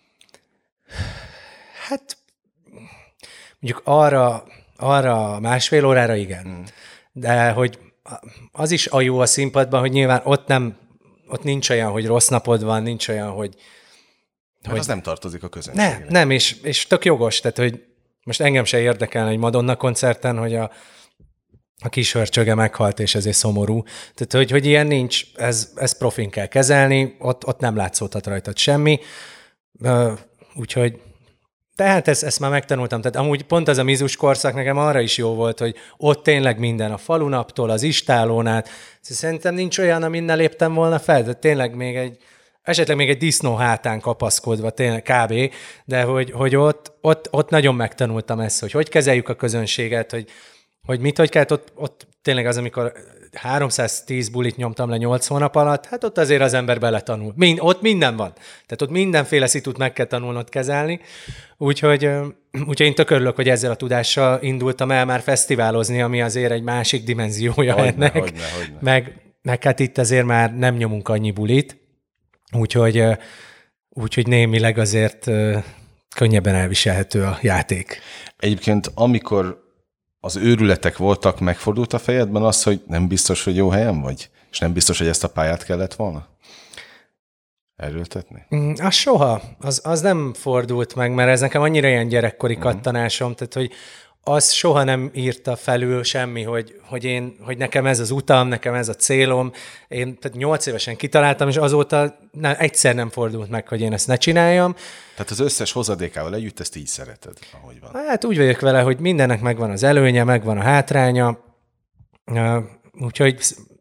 Hát mondjuk arra, arra másfél órára igen. Hmm. De hogy az is a jó a színpadban, hogy nyilván ott nem, ott nincs olyan, hogy rossz napod van, nincs olyan, hogy... hogy az nem tartozik a közönségnek. Nem, nem, és, és tök jogos, tehát, hogy most engem se érdekel egy Madonna koncerten, hogy a, a kis hörcsöge meghalt, és ezért szomorú. Tehát, hogy, hogy ilyen nincs, ez, ez profin kell kezelni, ott, ott nem látszódhat rajtad semmi, úgyhogy Tehát ezt, ezt már megtanultam. Tehát amúgy pont az a mizus korszak nekem arra is jó volt, hogy ott tényleg minden a falunaptól, az istálón át. Szerintem nincs olyan, amin ne léptem volna fel, de tényleg még egy, esetleg még egy disznó hátán kapaszkodva, tényleg kb. De hogy, hogy ott, ott, ott nagyon megtanultam ezt, hogy hogy kezeljük a közönséget, hogy, hogy mit, hogy kellett, ott, ott tényleg az, amikor háromszáztíz bulit nyomtam le nyolc hónap alatt, hát ott azért az ember beletanul. Mind, ott minden van. Tehát ott mindenféle szitut meg kell tanulnod kezelni. Úgyhogy, úgyhogy én tök örülök, hogy ezzel a tudással indultam el már fesztiválozni, ami azért egy másik dimenziója hogyne, ennek. Hogyne, hogyne. Meg, meg hát itt azért már nem nyomunk annyi bulit. Úgyhogy, úgyhogy némileg azért könnyebben elviselhető a játék. Egyébként amikor az őrületek voltak, megfordult a fejedben az, hogy nem biztos, hogy jó helyen vagy? És nem biztos, hogy ezt a pályát kellett volna erőltetni? Mm, az soha. Az, az nem fordult meg, mert ez nekem annyira ilyen gyerekkori mm. kattanásom, tehát hogy az soha nem írta felül semmi, hogy, hogy, én, hogy nekem ez az utam, nekem ez a célom. Én tehát nyolc évesen kitaláltam, és azóta nem, egyszer nem fordult meg, hogy én ezt ne csináljam. Tehát az összes hozadékával együtt ezt így szereted, ahogy van. Hát úgy vagyok vele, hogy mindennek megvan az előnye, megvan a hátránya. Úgyhogy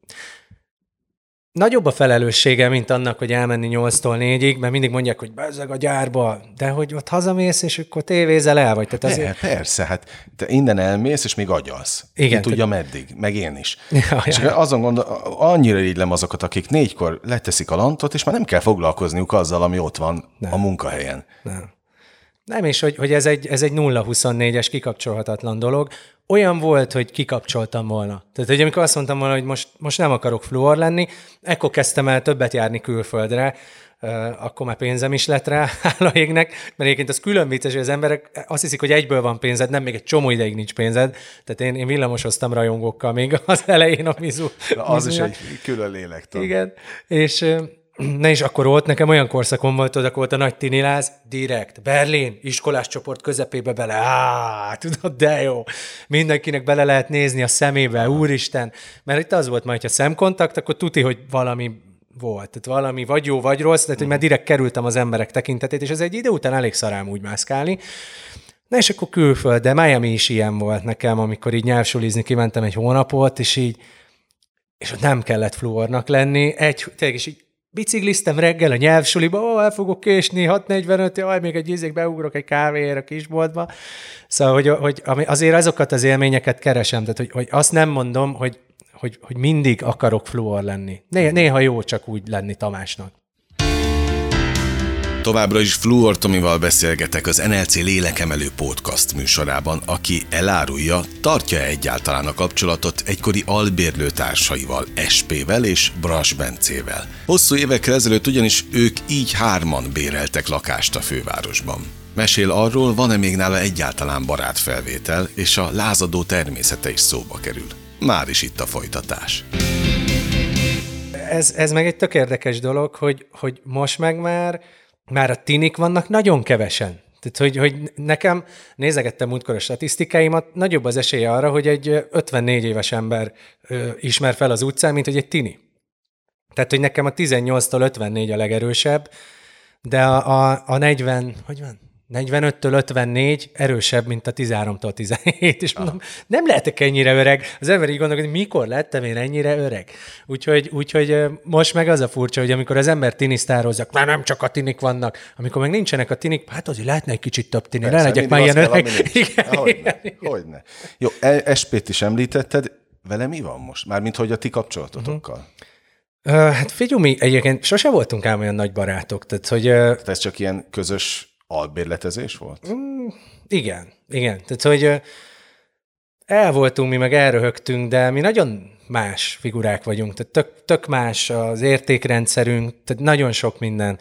nagyobb a felelőssége, mint annak, hogy elmenni nyolctól négyig, mert mindig mondják, hogy bezzeg a gyárba, de hogy ott hazamész, és akkor tévézel el vagy. Tehát azért... Ne, persze, hát te innen elmész, és még agyalsz. Igen. Ki tudja meddig, meg én is. Ja, és ja. azon gondol, annyira irigylem azokat, akik négykor leteszik a lantot, és már nem kell foglalkozniuk azzal, ami ott van nem. a munkahelyen. Nem. Nem, és hogy, hogy ez egy, ez egy nulla huszonnégyes kikapcsolhatatlan dolog. Olyan volt, hogy kikapcsoltam volna. Tehát, hogy amikor azt mondtam volna, hogy most, most nem akarok fluor lenni, ekkor kezdtem el többet járni külföldre, akkor már pénzem is lett rá, hála égnek, mert egyébként az külön vicces, hogy az emberek azt hiszik, hogy egyből van pénzed, nem, még egy csomó ideig nincs pénzed. Tehát én, én villamosoztam rajongókkal még az elején a mizu. Az is egy külön lélektan. Igen, és... Na és akkor ott nekem olyan korszakom volt, oda volt a nagy tiniláz, direkt, Berlin, iskolás csoport közepébe bele, áh, tudod, de jó. Mindenkinek bele lehet nézni a szemébe, úristen. Mert itt az volt majd, ha szemkontakt, akkor tuti, hogy valami volt. Tehát valami vagy jó, vagy rossz, tehát hogy már direkt kerültem az emberek tekintetét, és ez egy idő után elég szarám úgy mászkálni. Na és akkor külföld, de Miami is ilyen volt nekem, amikor így nyelvsulizni kimentem egy hónapot, és így, és ott nem kellett fluornak lenni, egy, tényleg, és így bicikliztem reggel a nyelvsuliba, ó, el fogok késni, hat negyvenöt, jaj, még egy ízék beugrok egy kávéért a kisboltba. Szóval, hogy, hogy azért azokat az élményeket keresem, tehát hogy, hogy azt nem mondom, hogy, hogy, hogy mindig akarok fluor lenni. Néha jó csak úgy lenni Tamásnak. Továbbra is Fluor Tomival beszélgetek az en el cé Lélekemelő Podcast műsorában, aki elárulja, tartja egyáltalán a kapcsolatot egykori albérlő társaival, es pé-vel és Brass Bencével. Hosszú évekkel ezelőtt ugyanis ők így hárman béreltek lakást a fővárosban. Mesél arról, van-e még nála egyáltalán barátfelvétel, és a lázadó természete is szóba kerül. Már is itt a folytatás. Ez, ez meg egy tök érdekes dolog, hogy, hogy most meg már Már a tinik vannak nagyon kevesen. Tehát, hogy, hogy nekem, nézegettem múltkor a statisztikáimat, nagyobb az esélye arra, hogy egy ötvennégy éves ember ö, ismer fel az utcán, mint hogy egy tini. Tehát, hogy nekem a tizennyolctól ötvennégy a legerősebb, de a, a, a negyven, hogy van? negyvenöttől ötvennégy erősebb, mint a tizenháromtól tizenhét, és mondom, nem lehetek ennyire öreg. Az ember így gondolkodik, hogy mikor lettem én ennyire öreg. Úgyhogy, úgyhogy most meg az a furcsa, hogy amikor az ember tinisztározzak, már nem csak a tinik vannak, amikor meg nincsenek a tinik, hát azért lehetne egy kicsit több tini, ne legyek már ilyen öreg. Igen, hogyne, igen. hogyne. Jó, es pét is említetted, vele mi van most? Mármint, hogy a ti kapcsolatotokkal. Uh-huh. Uh, hát figyelj, mi egyébként sose voltunk ám olyan nagy barátok. Tehát, hogy, uh... tehát ez csak ilyen közös albérletezés volt? Mm, igen, igen. Tehát, hogy el voltunk, mi meg elröhögtünk, de mi nagyon más figurák vagyunk. Tehát tök, tök más az értékrendszerünk, tehát nagyon sok minden.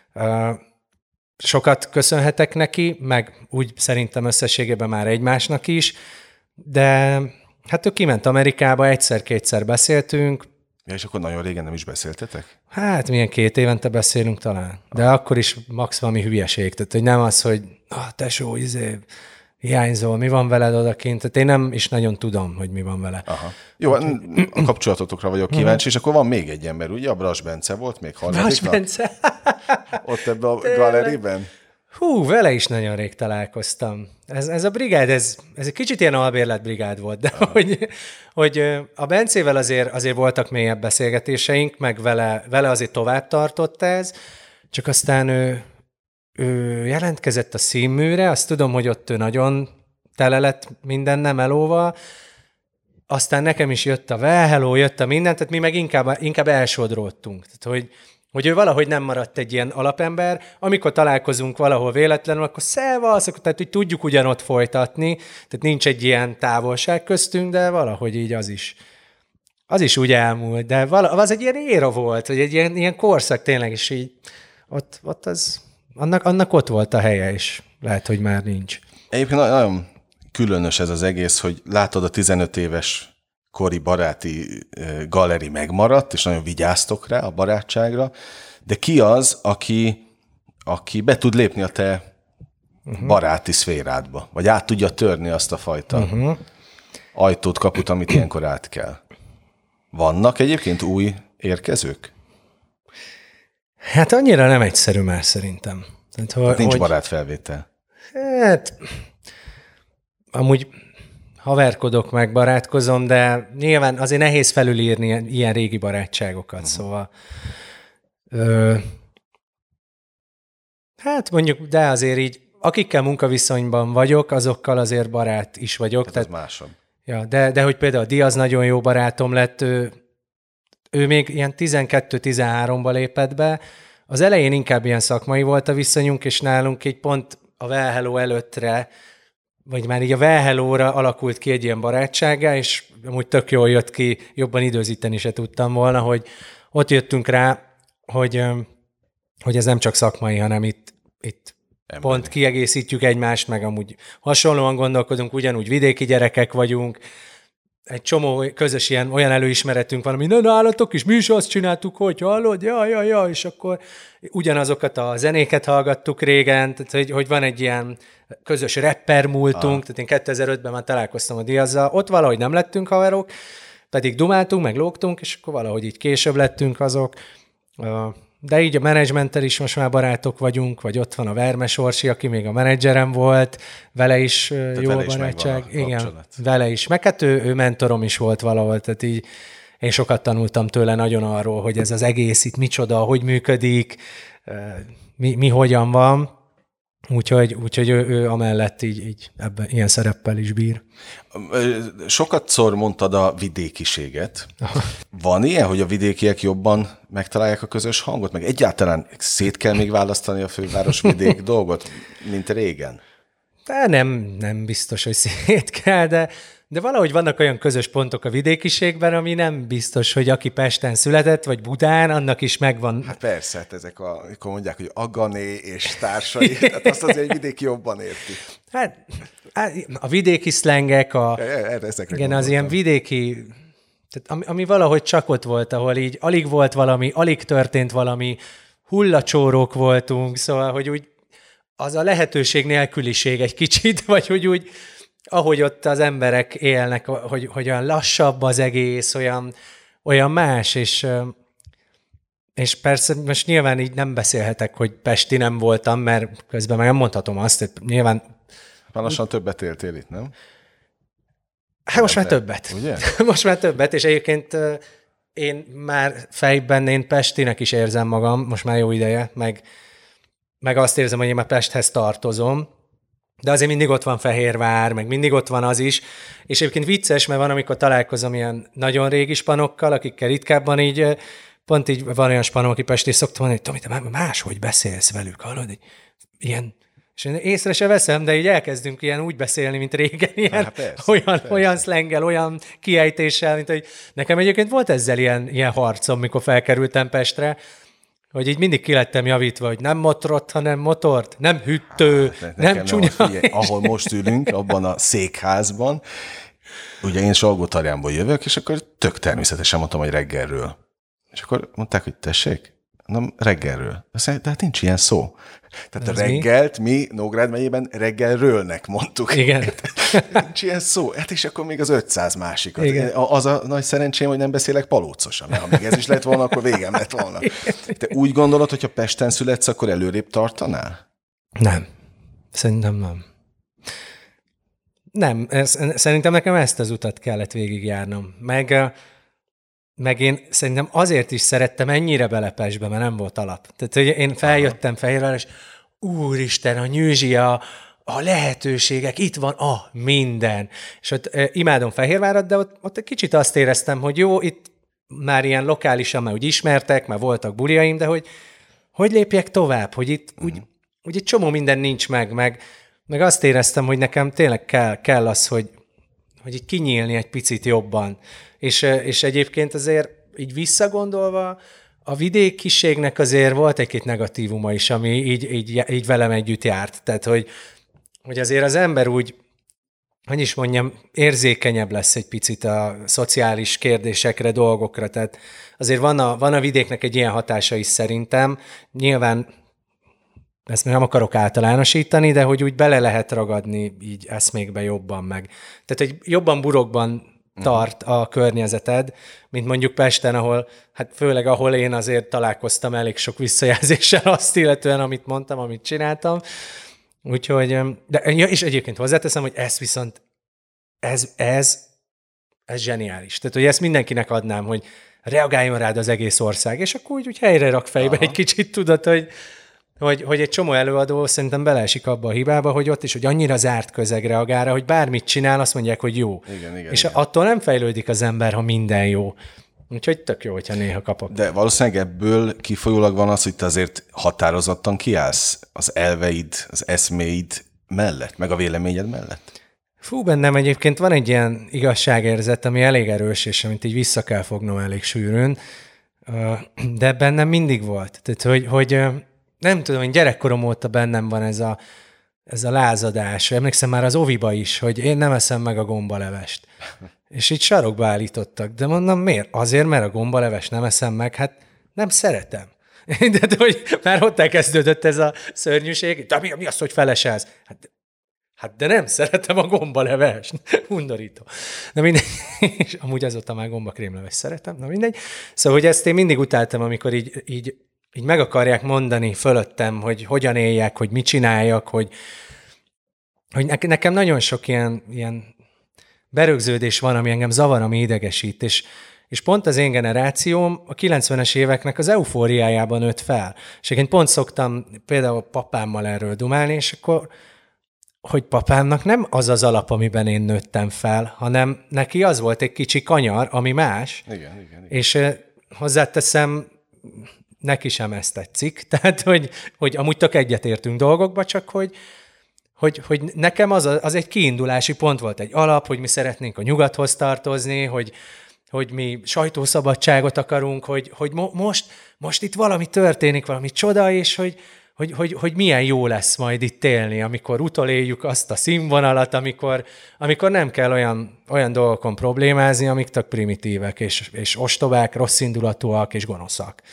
Sokat köszönhetek neki, meg úgy szerintem összességében már egymásnak is, de hát ő kiment Amerikába, egyszer-kétszer beszéltünk. Ja, és akkor nagyon régen nem is beszéltetek? Hát milyen két évente beszélünk talán. De ah. akkor is max valami hülyeség. Tehát, hogy nem az, hogy ah, tesó, izé, hiányzol, mi van veled odakint. Tehát én nem is nagyon tudom, hogy mi van vele. Aha. Jó, a kapcsolatotokra vagyok kíváncsi, és akkor van még egy ember, ugye? A Brass Bence volt még harmadiknak? Brass Bence? Ott ebben a galeriben? Hú, vele is nagyon rég találkoztam. Ez, ez a brigád, ez, ez egy kicsit ilyen albérletbrigád volt, de hogy, hogy a Bencével azért, azért voltak mélyebb beszélgetéseink, meg vele, vele azért tovább tartott ez, csak aztán ő, ő jelentkezett a Színműre, azt tudom, hogy ott ő nagyon tele lett mindenne melóval, aztán nekem is jött a well, hello, jött a minden, tehát mi meg inkább, inkább elsodródtunk. Tehát, hogy hogy ő valahogy nem maradt egy ilyen alapember, amikor találkozunk valahol véletlenül, akkor szevasz, tehát hogy tudjuk ugyanott folytatni, tehát nincs egy ilyen távolság köztünk, de valahogy így az is, az is úgy elmúlt, de vala, az egy ilyen éra volt, hogy egy ilyen, ilyen korszak tényleg, és így ott, ott az, annak, annak ott volt a helye, és lehet, hogy már nincs. Egyébként nagyon különös ez az egész, hogy látod a tizenöt éves kori baráti galeri megmaradt, és nagyon vigyáztok rá a barátságra, de ki az, aki, aki be tud lépni a te uh-huh. baráti szférádba, vagy át tudja törni azt a fajta uh-huh. ajtót, kaput, amit ilyenkor át kell? Vannak egyébként új érkezők? Hát annyira nem egyszerű már szerintem. Tehát, hogy, hát nincs hogy... barátfelvétel. Hát amúgy haverkodok meg, barátkozom, de nyilván azért nehéz felülírni ilyen, ilyen régi barátságokat, uh-huh. szóval ö, hát mondjuk, de azért így, akikkel munkaviszonyban vagyok, azokkal azért barát is vagyok. Tehát, tehát másabb. Ja, de, de hogy például a Diaz nagyon jó barátom lett, ő, ő még ilyen tizenkettő-tizenháromba lépett be, az elején inkább ilyen szakmai volt a viszonyunk, és nálunk egy pont a Well Hello előttre, vagy már így a Well Hello-ra alakult ki egy ilyen barátsággá, és amúgy tök jól jött ki, jobban időzíteni se tudtam volna, hogy ott jöttünk rá, hogy, hogy ez nem csak szakmai, hanem itt, itt pont kiegészítjük egymást, meg amúgy hasonlóan gondolkodunk, ugyanúgy vidéki gyerekek vagyunk, egy csomó közös ilyen, olyan előismeretünk van, ami na, nálatok is, mi is azt csináltuk, hogy hallod, ja, ja, ja, és akkor ugyanazokat a zenéket hallgattuk régen, tehát hogy, hogy van egy ilyen közös rapper múltunk, ah. tehát én kétezer-ötben már találkoztam a Diazzal, ott valahogy nem lettünk haverok, pedig dumáltunk, meg lógtunk, és akkor valahogy így később lettünk azok. De így a menedzsmenttel is most már barátok vagyunk, vagy ott van a Vermes Orsi, aki még a menedzserem volt, vele is tehát jó vele barátság. Is igen, vele is. Meg hát ő, ő mentorom is volt valahol, tehát így én sokat tanultam tőle nagyon arról, hogy ez az egész itt micsoda, hogy működik, mi, mi hogyan van. Úgyhogy, úgyhogy ő, ő amellett így, így ebben ilyen szereppel is bír. Sokat szor mondtad a vidékiséget. Van ilyen, hogy a vidékiek jobban megtalálják a közös hangot? Meg egyáltalán szét kell még választani a főváros-vidék dolgot, mint régen? De nem, nem biztos, hogy szét kell, de, de valahogy vannak olyan közös pontok a vidékiségben, ami nem biztos, hogy aki Pesten született, vagy Budán, annak is megvan. Hát persze, hát ezek, a, amikor mondják, hogy Agané és társai, tehát azt azért egy vidéki jobban érti. Hát a vidéki szlengek, a, ja, igen, az ilyen vidéki, tehát ami, ami valahogy csak ott volt, ahol így alig volt valami, alig történt valami, hullacsórók voltunk, szóval, hogy úgy az a lehetőség nélküliség egy kicsit, vagy hogy úgy, ahogy ott az emberek élnek, hogy, hogy olyan lassabb az egész, olyan, olyan más, és, és persze most nyilván így nem beszélhetek, hogy pesti nem voltam, mert közben meg nem mondhatom azt, hogy nyilván... Már lassan többet éltél itt, nem? Hát most már többet. Ugye? Most már többet, és egyébként én már fejben én pestinek is érzem magam, most már jó ideje, meg, meg azt érzem, hogy én már Pesthez tartozom, de azért mindig ott van Fehérvár, meg mindig ott van az is, és egyébként vicces, mert van, amikor találkozom ilyen nagyon régi spanokkal, akikkel ritkábban így, pont így van olyan spanom, aki pesti, és szoktam mondani, hogy Tomi, te máshogy beszélsz velük, hallod? Ilyen, és én észre se veszem, de így elkezdünk ilyen úgy beszélni, mint régen, ilyen, Há, persze, olyan, persze. olyan szlenggel, olyan kiejtéssel, mint hogy nekem egyébként volt ezzel ilyen, ilyen harcom, mikor felkerültem Pestre, hogy így mindig ki lettem javítva, hogy nem motrot, hanem motort, nem hűtő, hát, nem csúnya. Nem, figyelj, ahol most ülünk, abban a székházban, ugye én Salgótarjánból jövök, és akkor tök természetesen mondtam, hogy reggelről. És akkor mondták, hogy tessék? Nem, reggelről. Azt mondja, de hát nincs ilyen szó. Tehát a reggelt mi, mi Nógrád megyében reggelrőlnek mondtuk. Igen. Nincs ilyen szó. Hát és akkor még az ötszáz másikat. Igen. Az a nagy szerencsém, hogy nem beszélek palócosan, mert ha még ez is lett volna, akkor végem lett volna. Te úgy gondolod, hogyha Pesten születsz, akkor előrébb tartanál? Nem. Szerintem nem. Nem. Ez, szerintem nekem ezt az utat kellett végigjárnom. Meg, meg én szerintem azért is szerettem ennyire bele Pestbe, mert nem volt alap. Tehát, hogy én feljöttem Fehérvárra, és úristen, a Nyűzsi, a, a lehetőségek, itt van a minden. És ott e, imádom Fehérvárat, de ott, ott egy kicsit azt éreztem, hogy jó, itt már ilyen lokálisan már úgy ismertek, már voltak buliaim, de hogy hogy lépjek tovább, hogy itt úgy, úgy egy csomó minden nincs meg, meg, meg azt éreztem, hogy nekem tényleg kell, kell az, hogy, hogy így kinyílni egy picit jobban. És, és egyébként azért így visszagondolva, a vidékiségnek azért volt egy-két negatívuma is, ami így, így, így velem együtt járt. Tehát, hogy, hogy azért az ember úgy, hogy is mondjam, érzékenyebb lesz egy picit a szociális kérdésekre, dolgokra. Tehát azért van a, van a vidéknek egy ilyen hatása is szerintem. Nyilván ezt nem akarok általánosítani, de hogy úgy bele lehet ragadni így eszmékbe jobban meg. Tehát, hogy jobban burokban tart a környezeted, mint mondjuk Pesten, ahol, hát főleg ahol én azért találkoztam elég sok visszajelzéssel azt illetően, amit mondtam, amit csináltam. Úgyhogy, de, és egyébként hozzáteszem, hogy ez viszont, ez, ez, ez zseniális. Tehát, hogy ezt mindenkinek adnám, hogy reagáljon rád az egész ország, és akkor úgy, úgy helyre rak fejbe Aha. egy kicsit, tudod, hogy, hogy, hogy egy csomó előadó szerintem beleesik abba a hibába, hogy ott is, hogy annyira zárt közeg reagál rá, hogy bármit csinál, azt mondják, hogy jó. Igen, igen, és igen. attól nem fejlődik az ember, ha minden jó. Úgyhogy tök jó, hogyha néha kapok. De valószínűleg ebből kifolyólag van az, hogy te azért határozottan kiállsz az elveid, az eszméid mellett, meg a véleményed mellett? Fú, bennem egyébként van egy ilyen igazságérzet, ami elég erős, és amit így vissza kell fognom elég sűrűn, de bennem mindig volt. Tehát, hogy, hogy nem tudom, hogy gyerekkorom óta bennem van ez a, ez a lázadás. Emlékszem már az oviba is, hogy én nem eszem meg a gombalevest. És így sarokba állítottak. De mondom, miért? Azért, mert a gombalevest nem eszem meg, hát nem szeretem. De hogy már ott elkezdődött ez a szörnyűség. De mi, mi az, hogy feleselsz? Hát, hát de nem szeretem a gombalevest. Undorító. Na mindegy. És amúgy azóta már gombakrémleves szeretem. Na mindegy. Szóval, hogy ezt én mindig utáltam, amikor így, így, így meg akarják mondani fölöttem, hogy hogyan éljek, hogy mit csináljak, hogy, hogy nekem nagyon sok ilyen, ilyen berögződés van, ami engem zavar, ami idegesít, és, és pont az én generációm a kilencvenes éveknek az eufóriájában nőtt fel. És én pont szoktam például papámmal erről dumálni, és akkor, hogy papámnak nem az az alap, amiben én nőttem fel, hanem neki az volt egy kicsi kanyar, ami más, igen, igen, igen. és hozzáteszem, neki sem ezt tetszik, tehát, hogy, hogy amúgy tök egyetértünk dolgokba, csak hogy Hogy, hogy nekem az, a, az egy kiindulási pont volt, egy alap, hogy mi szeretnénk a nyugathoz tartozni, hogy, hogy mi sajtószabadságot akarunk, hogy, hogy mo, most, most itt valami történik, valami csoda, és hogy, hogy, hogy, hogy milyen jó lesz majd itt élni, amikor utoléljük azt a színvonalat, amikor, amikor nem kell olyan, olyan dolgokon problémázni, amik tök primitívek, és, és ostobák, rosszindulatúak és gonoszak.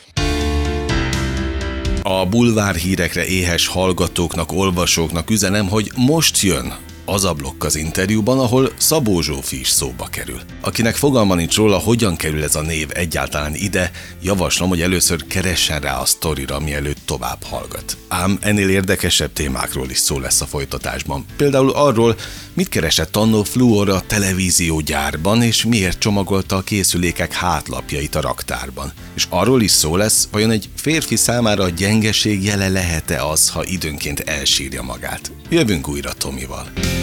A bulvár hírekre éhes hallgatóknak, olvasóknak üzenem, hogy most jön az a blokk az interjúban, ahol Szabó Zsófi is szóba kerül. Akinek fogalma nincs róla, hogyan kerül ez a név egyáltalán ide, javaslom, hogy először keressen rá a sztorira, mielőtt tovább hallgat. Ám ennél érdekesebb témákról is szó lesz a folytatásban. Például arról, mit keresett annó Fluor a televíziógyárban, és miért csomagolta a készülékek hátlapjait a raktárban. És arról is szó lesz, vajon egy férfi számára a gyengeség jele lehet-e az, ha időnként elsírja magát. Jövünk újra Tomival.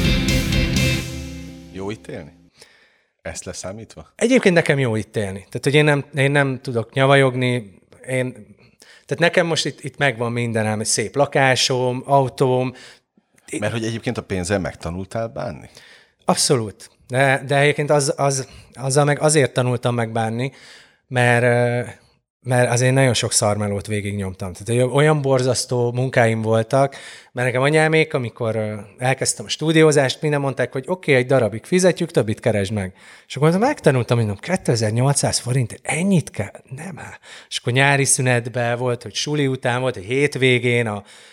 Jó itt élni? Ezt leszámítva? Egyébként nekem jó itt élni. Tehát, hogy én nem, én nem tudok nyavajogni, én, tehát nekem most itt, itt megvan mindenem, egy szép lakásom, autóm. Mert hogy egyébként a pénzzel megtanultál bánni? Abszolút. De, de egyébként az, az, azzal meg azért tanultam meg bánni, mert, mert azért nagyon sok szarmelót végignyomtam. Tehát olyan borzasztó munkáim voltak, mert nekem anyámék, amikor elkezdtem a stúdiózást, minden mondták, hogy oké, okay, egy darabig fizetjük, többit keresd meg. És akkor megtanultam, hogy kétezer-nyolcszáz forint, ennyit kell? Nem áll. És akkor nyári szünetben volt, hogy suli után volt, egy hétvégén a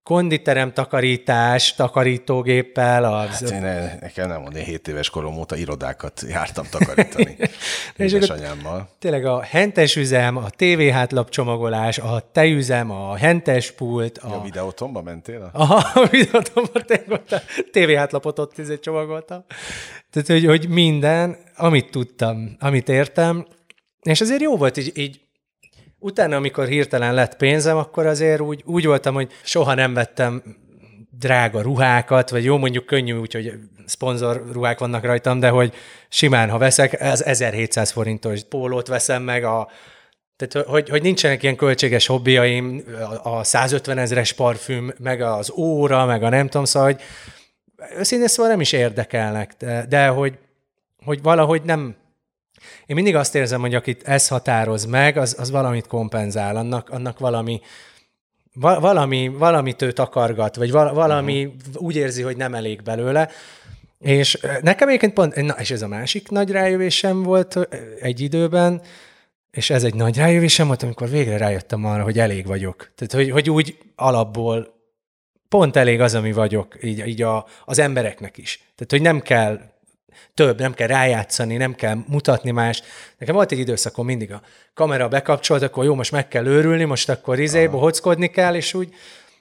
konditerem takarítás, takarítógéppel. Az... Hát én ne, nekem nem mondani, hét éves korom óta irodákat jártam takarítani édesanyámmal. Tényleg a hentes üzem, a tévéhátlap csomagolás, a tejüzem, a hentes pult. A, a videótomba mentél? Aha, a videótomba a tévéhátlapot ott izé csomagoltam. Tehát, hogy, hogy minden, amit tudtam, amit értem, és azért jó volt így, így utána, amikor hirtelen lett pénzem, akkor azért úgy, úgy voltam, hogy soha nem vettem drága ruhákat, vagy jó, mondjuk könnyű, úgyhogy szponzor ruhák vannak rajtam, de hogy simán, ha veszek, az ezerhétszáz forintos pólót veszem meg, a, tehát hogy, hogy nincsenek ilyen költséges hobbiaim, a százötven ezres parfüm, meg az óra, meg a nem tudom, szóval, hogy őszintén szóval nem is érdekelnek, de, de hogy, hogy valahogy nem. Én mindig azt érzem, hogy akit ez határoz meg, az, az valamit kompenzál, annak, annak valami, va, valami, valamit ő takargat, vagy val, valami uh-huh. úgy érzi, hogy nem elég belőle. És nekem egyébként pont, na, és ez a másik nagy rájövésem volt egy időben, és ez egy nagy rájövésem volt, amikor végre rájöttem arra, hogy elég vagyok. Tehát, hogy, hogy úgy alapból pont elég az, ami vagyok, így, így a, az embereknek is. Tehát, hogy nem kell több, nem kell rájátszani, nem kell mutatni mást. Nekem volt egy időszakom mindig a kamera bekapcsolt, akkor jó, most meg kell őrülni, most akkor izébe hockodni kell, és úgy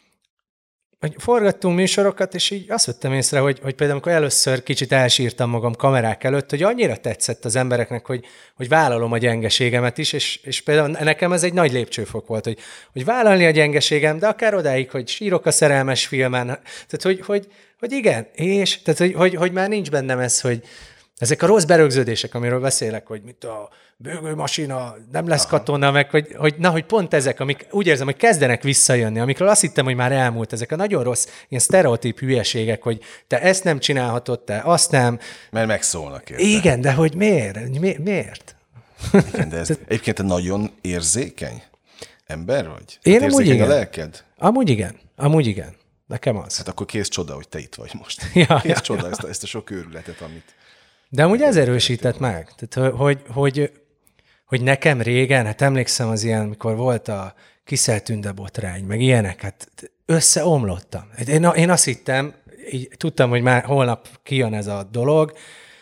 hogy forgattunk műsorokat, és így azt vettem észre, hogy, hogy például amikor először kicsit elsírtam magam kamerák előtt, hogy annyira tetszett az embereknek, hogy, hogy vállalom a gyengeségemet is, és, és például nekem ez egy nagy lépcsőfok volt, hogy, hogy vállalni a gyengeségem, de akár odáig, hogy sírok a szerelmes filmen, tehát hogy, hogy, hogy igen, és tehát hogy, hogy, hogy már nincs bennem ez, hogy ezek a rossz berögződések, amiről beszélek, hogy mit a bőgőmasina, nem lesz Aha. katona, meg hogy, hogy, na, hogy pont ezek, amik úgy érzem, hogy kezdenek visszajönni, amikről azt hittem, hogy már elmúlt, ezek a nagyon rossz, ilyen sztereotíp hülyeségek, hogy te ezt nem csinálhatod, te azt nem. Mert megszólnak érte. Igen, de hogy miért? Mi, miért? Igen, de ez egyébként te nagyon érzékeny ember vagy? Én hát amúgy igen. a lelked? Amúgy igen, amúgy igen. Nekem az. Hát akkor kész csoda, hogy te itt vagy most. Ja, kész ja, csoda ja. Ezt, a, ezt a sok őrületet, amit... De amúgy ez erősített meg. Tehát, hogy, hogy, hogy nekem régen, hát emlékszem az ilyen, mikor volt a Kiszel Tünde botrány, meg ilyenek, hát összeomlottam. Én, én azt hittem, így tudtam, hogy már holnap kijön ez a dolog.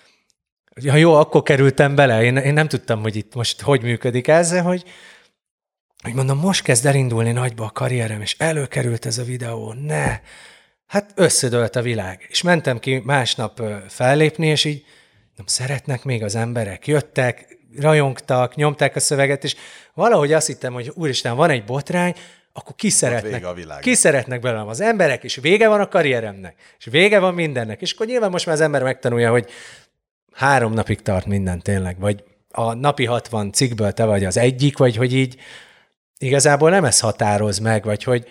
Ha jó, akkor kerültem bele. Én, én nem tudtam, hogy itt most hogy működik ez, hogy, hogy mondom, most kezd elindulni nagyba a karrierem, és előkerült ez a videó, ne! Hát összedőlt a világ. És mentem ki másnap fellépni, és így nem szeretnek még az emberek, jöttek, rajongtak, nyomták a szöveget, és valahogy azt hittem, hogy úristen, van egy botrány, akkor ki szeretnek, ki szeretnek belőlem az emberek, és vége van a karrieremnek, és vége van mindennek. És akkor nyilván most már az ember megtanulja, hogy három napig tart minden tényleg, vagy a napi hatvan cikkből te vagy az egyik, vagy hogy így igazából nem ez határoz meg, vagy hogy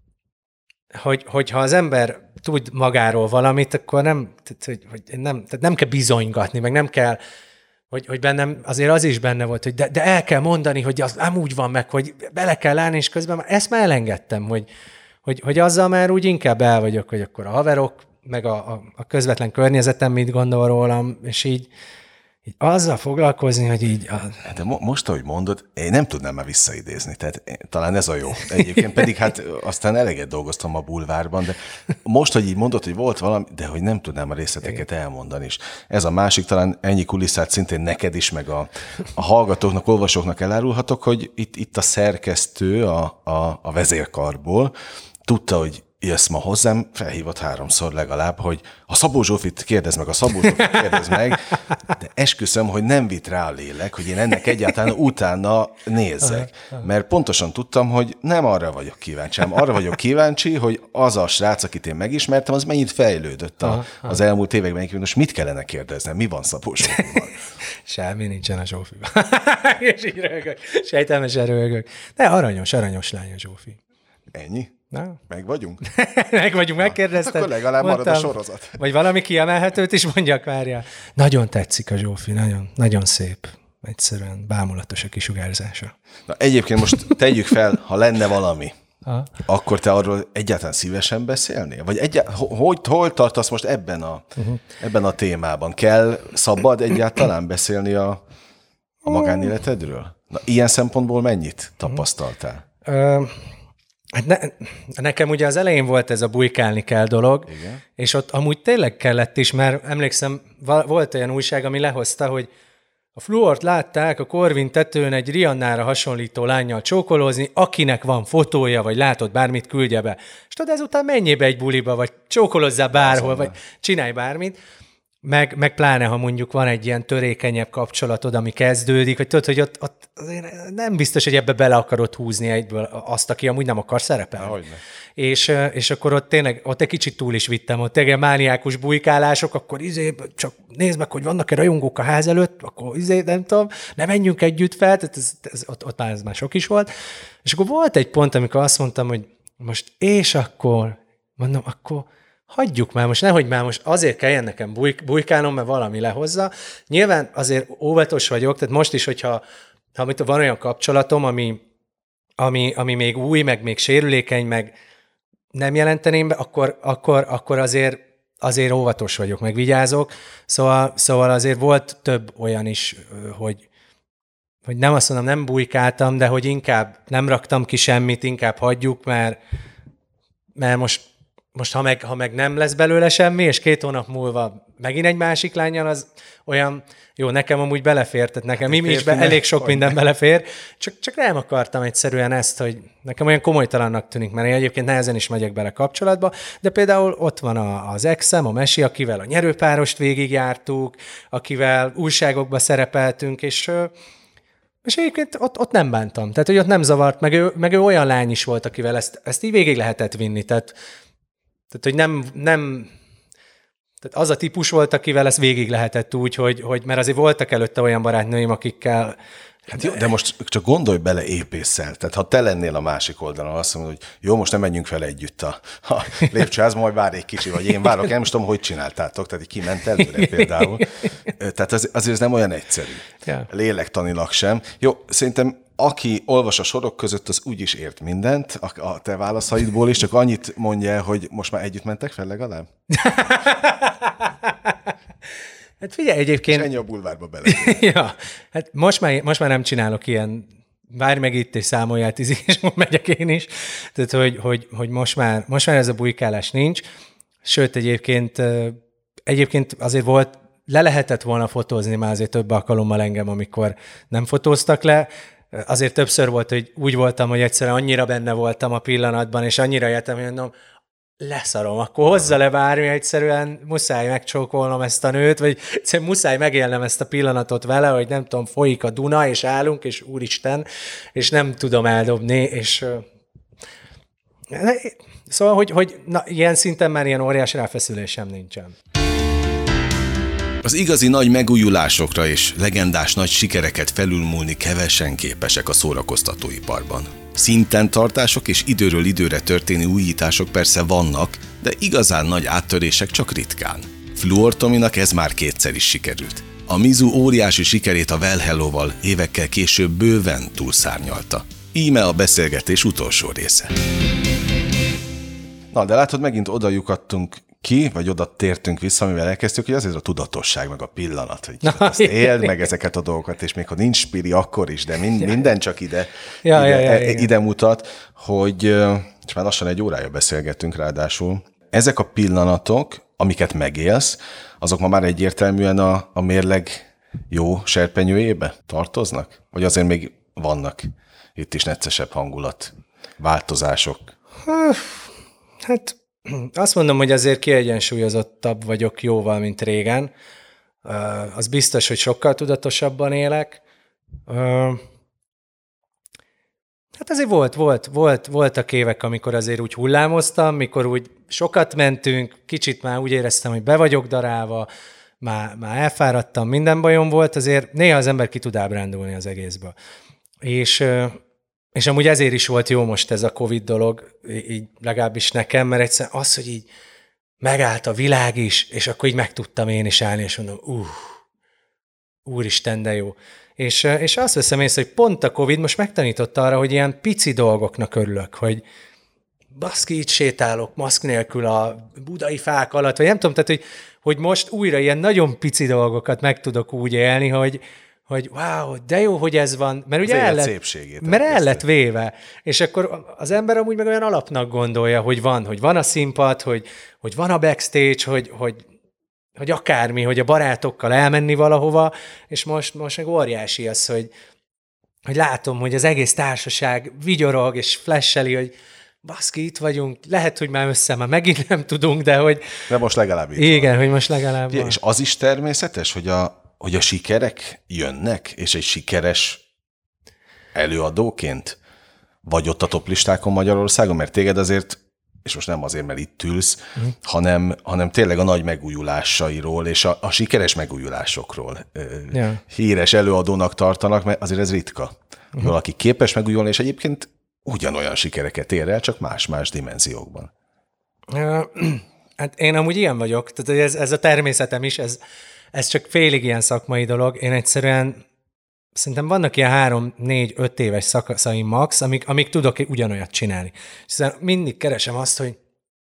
Hogy, hogyha az ember tud magáról valamit, akkor nem, tehát, hogy, hogy nem, tehát nem kell bizonygatni, meg nem kell, hogy, hogy bennem azért az is benne volt, hogy de, de el kell mondani, hogy az nem úgy van meg, hogy bele kell állni, és közben már ezt már elengedtem, hogy, hogy, hogy azzal már úgy inkább el vagyok, hogy akkor a haverok, meg a, a, a közvetlen környezetem mit gondol rólam, és így, így azzal foglalkozni, hogy így... A... De mo- most, ahogy mondod, én nem tudnám már visszaidézni, tehát én, talán ez a jó. Egyébként pedig hát aztán eleget dolgoztam a bulvárban, de most, hogy így mondod, hogy volt valami, de hogy nem tudnám a részleteket elmondani is. Ez a másik, talán ennyi kulisszát szintén neked is, meg a, a hallgatóknak, olvasóknak elárulhatok, hogy itt, itt a szerkesztő a, a, a vezérkarból tudta, hogy jössz ma hozzám, felhívott háromszor legalább, hogy a Szabó Zsófit kérdezd meg, a Szabó Zsófit kérdezd meg, de esküszöm, hogy nem vitt rá a lélek, hogy én ennek egyáltalán utána nézzek. Mert pontosan tudtam, hogy nem arra vagyok kíváncsi, hanem arra vagyok kíváncsi, hogy az a srác, akit én megismertem, az mennyit fejlődött a, az elmúlt években. Most mit kellene kérdeznem? Mi van Szabó Zsófival? Semmi nincsen a Zsófival. És így röhögök. Sejtelmesen röhögök. De aranyos, aranyos lány a Zsófi. Ennyi? Na? Meg vagyunk? Meg vagyunk, megkérdezted. Akkor legalább marad a sorozat. Vagy valami kiemelhetőt is mondjak, várjál. Nagyon tetszik a Zsófi, nagyon, nagyon szép. Egyszerűen bámulatos a kisugárzása. Na, egyébként most tegyük fel, ha lenne valami, Aha. akkor te arról egyáltalán szívesen beszélnél? Vagy egyáltalán, hogy, hol tartasz most ebben a, uh-huh. ebben a témában? Kell, szabad egyáltalán beszélni a, a magánéletedről? Na, ilyen szempontból mennyit tapasztaltál? Uh, Hát ne, nekem ugye az elején volt ez a bujkálni kell dolog, igen. És ott amúgy tényleg kellett is, mert emlékszem, volt olyan újság, ami lehozta, hogy a fluort látták a Corvin tetőn egy Rihannára hasonlító lánnyal csókolózni, akinek van fotója, vagy látod bármit, küldje be. És tudod, ezután menjél be egy buliba, vagy csókolozzál bárhol, vagy csinálj bármit. Meg, meg pláne, ha mondjuk van egy ilyen törékenyebb kapcsolatod, ami kezdődik, hogy tudod, hogy ott, ott nem biztos, hogy ebbe bele akarod húzni egyből azt, aki amúgy nem akar szerepelni. És, és akkor ott tényleg, ott egy kicsit túl is vittem, ott tényleg mániákus bujkálások, akkor izé, csak nézd meg, hogy vannak-e rajongók a ház előtt, akkor izé, nem tudom, ne menjünk együtt fel, tehát ez, ez, ott, ott már ez már sok is volt. És akkor volt egy pont, amikor azt mondtam, hogy most, és akkor, mondom, akkor hagyjuk már, most nehogy már most azért kelljen nekem bujk, bujkálnom, mert valami lehozza. Nyilván azért óvatos vagyok, tehát most is, hogyha ha van olyan kapcsolatom, ami, ami, ami még új, meg még sérülékeny, meg nem jelenteném be, akkor, akkor, akkor azért, azért óvatos vagyok, meg vigyázok. Szóval, szóval azért volt több olyan is, hogy, hogy nem azt mondom, nem bujkáltam, de hogy inkább nem raktam ki semmit, inkább hagyjuk, mert, mert most Most, ha meg, ha meg nem lesz belőle semmi, és két hónap múlva megint egy másik lánnyal, az olyan, jó, nekem amúgy belefér, tehát nekem hát mi is be, elég sok minden belefér, csak, csak nem akartam egyszerűen ezt, hogy nekem olyan komolytalannak tűnik, mert én egyébként nehezen is megyek bele kapcsolatba, de például ott van a, az exem, a Mesi, akivel a nyerőpárost végigjártuk, akivel újságokba szerepeltünk, és És egyébként ott, ott nem bántam, tehát hogy ott nem zavart, meg ő, meg ő olyan lány is volt, akivel ezt, ezt így végig lehetett vinni, tehát Tehát, hogy nem, nem, tehát az a típus volt, akivel ezt végig lehetett úgy, hogy, hogy mert azért voltak előtte olyan barátnőim, akikkel... Hát jó, de most csak gondolj bele épésszel. Tehát ha te lennél a másik oldalon, azt mondod, hogy jó, most nem menjünk fel együtt a, a lépcsőházba, majd várj egy kicsi, vagy én várok, én most tudom, hogy csináltátok, tehát így kiment előre például. Tehát az, azért ez nem olyan egyszerű. Ja. Lélektanilag sem. Jó, szerintem aki olvas a sorok között, az úgy is ért mindent, a, a te válaszaidból is, csak annyit mondja, hogy most már együtt mentek fel legalább? Hát figyelj, egyébként... És ennyi a bulvárba bele. Ja, hát most már, most már nem csinálok ilyen, várj meg itt, és számoljál tízig, és most megyek én is. Tehát, hogy, hogy, hogy most, már, most már ez a bujkálás nincs. Sőt, egyébként, egyébként azért volt, le lehetett volna fotózni már azért több alkalommal engem, amikor nem fotóztak le. Azért többször volt, hogy úgy voltam, hogy egyszerűen annyira benne voltam a pillanatban, és annyira jöttem, hogy mondom, leszarom, akkor hozza le bármi, egyszerűen muszáj megcsókolnom ezt a nőt, vagy egyszerűen muszáj megélnem ezt a pillanatot vele, hogy nem tudom, folyik a Duna, és állunk, és úristen, és nem tudom eldobni, és szóval, hogy, hogy na, ilyen szinten már ilyen óriás ráfeszülésem nincsen. Az igazi nagy megújulásokra és legendás nagy sikereket felülmúlni kevesen képesek a szórakoztatóiparban. Szinten tartások és időről időre történő újítások persze vannak, de igazán nagy áttörések csak ritkán. Fluor Tominak ez már kétszer is sikerült. A Mizu óriási sikerét a Well Hello-val évekkel később bőven túlszárnyalta. Íme a beszélgetés utolsó része. Na, de látod, megint oda lyukadtunk ki, vagy oda tértünk vissza, amivel elkezdtük, hogy azért a tudatosság, meg a pillanat, hogy Na, azt éld meg ezeket a dolgokat, és még ha nincs spiri, akkor is, de mind, minden csak ide, ja, ide, ja, ja, ide mutat, hogy, és már lassan egy órája beszélgettünk ráadásul, ezek a pillanatok, amiket megélsz, azok ma már egyértelműen a, a mérleg jó serpenyőjébe tartoznak? Vagy azért még vannak itt is neccesebb hangulat, változások? Hát azt mondom, hogy azért kiegyensúlyozottabb vagyok jóval, mint régen. Uh, az biztos, hogy sokkal tudatosabban élek. Uh, hát azért volt, volt, volt, voltak évek, amikor azért úgy hullámoztam, mikor úgy sokat mentünk, kicsit már úgy éreztem, hogy be vagyok darálva, már, már elfáradtam, minden bajom volt, azért néha az ember ki tud ábrándulni az egészből. És... Uh, És amúgy ezért is volt jó most ez a Covid dolog, így legalábbis nekem, mert egyszerűen az, hogy így megállt a világ is, és akkor így meg tudtam én is állni, és mondom, uh, úristen, de jó. És, és azt veszem észre, hogy pont a Covid most megtanított arra, hogy ilyen pici dolgoknak örülök, hogy baszki, itt sétálok maszk nélkül a budai fák alatt, vagy nem tudom, tehát, hogy, hogy most újra ilyen nagyon pici dolgokat meg tudok úgy élni, hogy hogy wow, de jó, hogy ez van, mert ugye el lett, mert el lett véve. És akkor az ember amúgy meg olyan alapnak gondolja, hogy van, hogy van a színpad, hogy, hogy van a backstage, hogy, hogy, hogy akármi, hogy a barátokkal elmenni valahova, és most, most meg óriási az, hogy, hogy látom, hogy az egész társaság vigyorog, és flasheli, hogy baszki, itt vagyunk, lehet, hogy már össze már megint nem tudunk, de hogy... De most legalább itt igen, van. hogy most legalább van. És az is természetes, hogy a, hogy a sikerek jönnek, és egy sikeres előadóként vagy ott a toplistákon Magyarországon, mert téged azért, és most nem azért, mert itt ülsz, mm. hanem, hanem tényleg a nagy megújulásairól, és a, a sikeres megújulásokról yeah. híres előadónak tartanak, mert azért ez ritka. Mm. Valaki képes megújulni, és egyébként ugyanolyan sikereket ér el, csak más-más dimenziókban. Uh, hát én amúgy ilyen vagyok, tehát ez, ez a természetem is, ez, ez csak félig ilyen szakmai dolog. Én egyszerűen szerintem vannak ilyen három, négy, öt éves szakaszaim max, amik, amik tudok ugyanolyat csinálni. És mindig keresem azt, hogy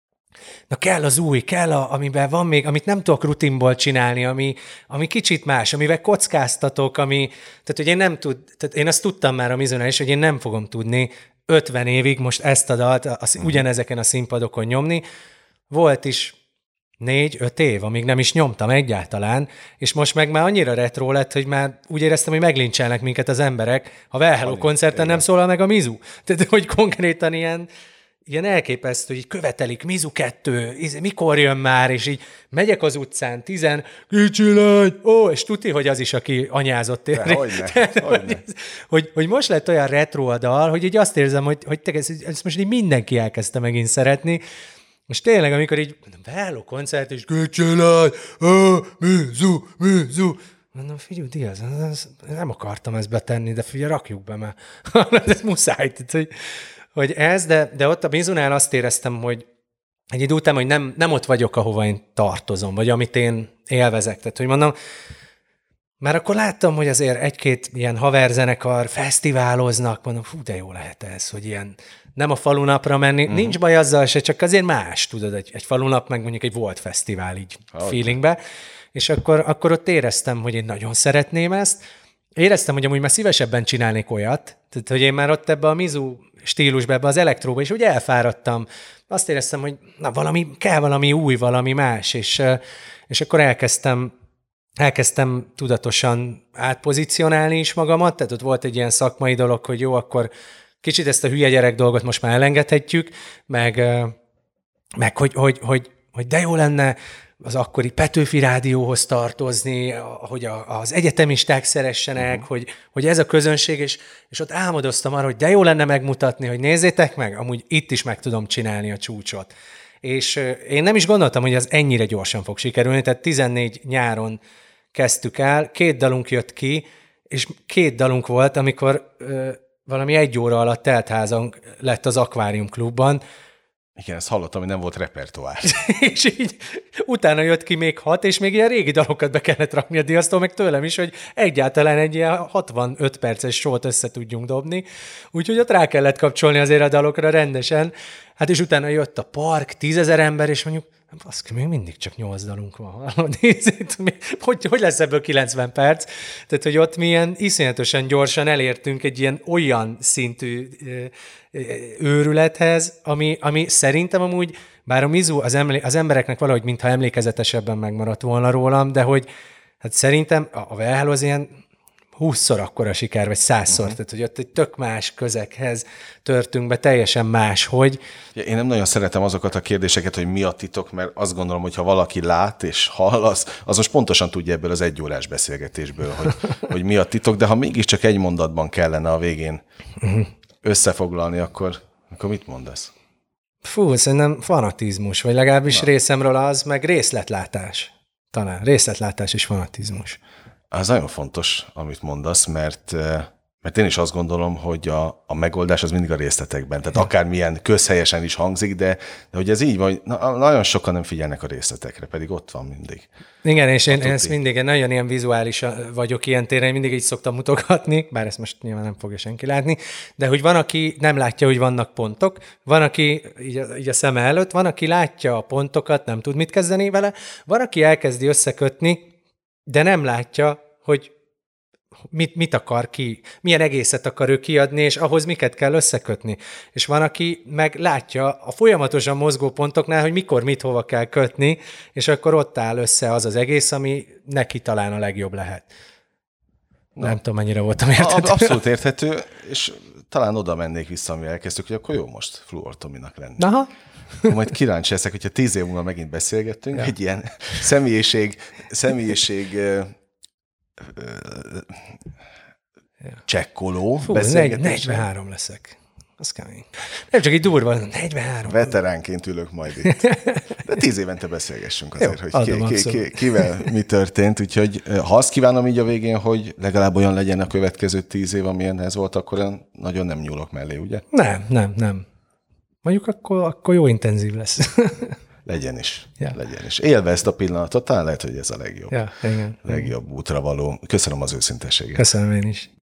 na kell az új, kell, a, amiben van még, amit nem tudok rutinból csinálni, ami, ami kicsit más, amivel kockáztatok, ami, tehát hogy én nem tud, tehát én azt tudtam már a Mizunál is, hogy én nem fogom tudni ötven évig most ezt a dalt az, ugyanezeken a színpadokon nyomni. Volt is négy-öt év, amíg nem is nyomtam egyáltalán, és most meg már annyira retro lett, hogy már úgy éreztem, hogy meglincselnek minket az emberek, ha Well Hello koncerten nem szólal meg a Mizu. Tehát, hogy konkrétan ilyen, ilyen elképesztő, hogy követelik Mizu kettő, mikor jön már, és így megyek az utcán, tizen, kicsi lány, ó, és tuti, hogy az is, aki anyázott. De, hogyne, Tehát, hogyne. Hogy, hogy, hogy most lett olyan retro a dal, hogy így azt érzem, hogy, hogy te, ezt, ezt most így mindenki elkezdte megint szeretni. Most tényleg, amikor így Well Hello koncert, és kicsi lány, ó, Mizu, Mizu. Mondom, figyelj, Diaz, nem akartam ezt betenni, de figyelj, rakjuk be már. Ez muszáj. Tehát, hogy, hogy ez, de, de ott a Mizunál azt éreztem, hogy egy idő után, hogy nem, nem ott vagyok, ahova én tartozom, vagy amit én élvezek. Tehát, hogy mondom, már akkor láttam, hogy azért egy-két ilyen haverzenekar fesztiváloznak, mondom, fú, de jó lehet ez, hogy ilyen nem a falunapra menni, uh-huh. nincs baj azzal se, csak azért más, tudod, egy, egy falunap, meg mondjuk egy volt fesztivál így okay. feelingbe, és akkor, akkor ott éreztem, hogy én nagyon szeretném ezt, éreztem, hogy amúgy már szívesebben csinálnék olyat, tehát, hogy én már ott ebbe a Mizu stílusba, ebbe az elektróba, és úgy elfáradtam. Azt éreztem, hogy na valami, kell valami új, valami más, és, és akkor elkezdtem, elkezdtem tudatosan átpozícionálni is magamat, tehát ott volt egy ilyen szakmai dolog, hogy jó, akkor kicsit ezt a hülye gyerek dolgot most már elengedhetjük, meg, meg hogy, hogy, hogy, hogy de jó lenne az akkori Petőfi Rádióhoz tartozni, hogy a, az egyetemisták szeressenek, uh-huh. hogy, hogy ez a közönség, és, és ott álmodoztam arra, hogy de jó lenne megmutatni, hogy nézzétek meg, amúgy itt is meg tudom csinálni a csúcsot. És én nem is gondoltam, hogy az ennyire gyorsan fog sikerülni, tehát tizennégy nyáron kezdtük el, két dalunk jött ki, és két dalunk volt, amikor ö, valami egy óra alatt teltházunk lett az Akvárium Klubban. Igen, ezt hallottam, hogy nem volt repertoár. És így utána jött ki még hat, és még ilyen régi dalokat be kellett rakni a Diasztól, meg tőlem is, hogy egyáltalán egy ilyen hatvanöt perces sót össze tudjunk dobni. Úgyhogy ott rá kellett kapcsolni azért a dalokra rendesen. Hát és utána jött a Park, tízezer ember, és mondjuk, baszki, még mindig csak nyolc dalunk van. hogy, hogy lesz ebből kilencven perc? Tehát, hogy ott mi ilyen iszonyatosan gyorsan elértünk egy ilyen olyan szintű őrülethez, ami, ami szerintem amúgy, bár a Mizu az, emlé- az embereknek valahogy mintha emlékezetesebben megmaradt volna rólam, de hogy hát szerintem a Well Hello az ilyen húszszor akkora siker, vagy százszor, uh-huh. tehát hogy ott egy tök más közeghez törtünk be, teljesen más, hogy... Én nem nagyon szeretem azokat a kérdéseket, hogy mi a titok, mert azt gondolom, hogy ha valaki lát és hall, az, az most pontosan tudja ebből az egyórás beszélgetésből, hogy, hogy mi a titok, de ha mégiscsak egy mondatban kellene a végén uh-huh. összefoglalni, akkor, akkor mit mondasz? Fú, szerintem fanatizmus, vagy legalábbis Na. részemről az, meg részletlátás. Talán részletlátás és fanatizmus. Az nagyon fontos, amit mondasz, mert, mert én is azt gondolom, hogy a, a megoldás az mindig a részletekben. Tehát akármilyen közhelyesen is hangzik, de, de hogy ez így van, na, nagyon sokan nem figyelnek a részletekre, pedig ott van mindig. Igen, és én, én ezt mindig én nagyon ilyen vizuális vagyok ilyen téren, mindig így szoktam mutogatni, bár ezt most nyilván nem fogja senki látni, de hogy van, aki nem látja, hogy vannak pontok, van, aki így a, így a szeme előtt, van, aki látja a pontokat, nem tud mit kezdeni vele, van, aki elkezdi összekötni, de nem látja, hogy mit, mit akar ki, milyen egészet akar ő kiadni, és ahhoz miket kell összekötni. És van, aki meg látja a folyamatosan mozgó pontoknál, hogy mikor mit hova kell kötni, és akkor ott áll össze az az egész, ami neki talán a legjobb lehet. Na, nem tudom, mennyire voltam érthető. Abszolút érthető, és talán oda mennék vissza, amivel elkezdtük, hogy akkor jó most fluortominak lenni. Aha. Majd kíváncsi leszek, hogyha tíz év múlva megint beszélgettünk, ja. egy ilyen személyiség, személyiség ö, ö, ja. csekkoló Fú, beszélgetés. negyvenhárom leszek. Az kemény. Nem csak így durva, negyvenhárom. Veteránként ülök majd itt. De tíz évente beszélgessünk azért, jó, hogy ki, ki, ki, kivel mi történt. Úgyhogy ha azt kívánom így a végén, hogy legalább olyan legyen a következő tíz év, amilyen ez volt, akkor nagyon nem nyúlok mellé, ugye? Nem, nem, nem. Mondjuk akkor, akkor jó intenzív lesz. Legyen is. Ja. Legyen is. Élve ezt a pillanatot, talán lehet, hogy ez a legjobb. Ja, igen. Legjobb útra való. Köszönöm az őszintességet. Köszönöm én is.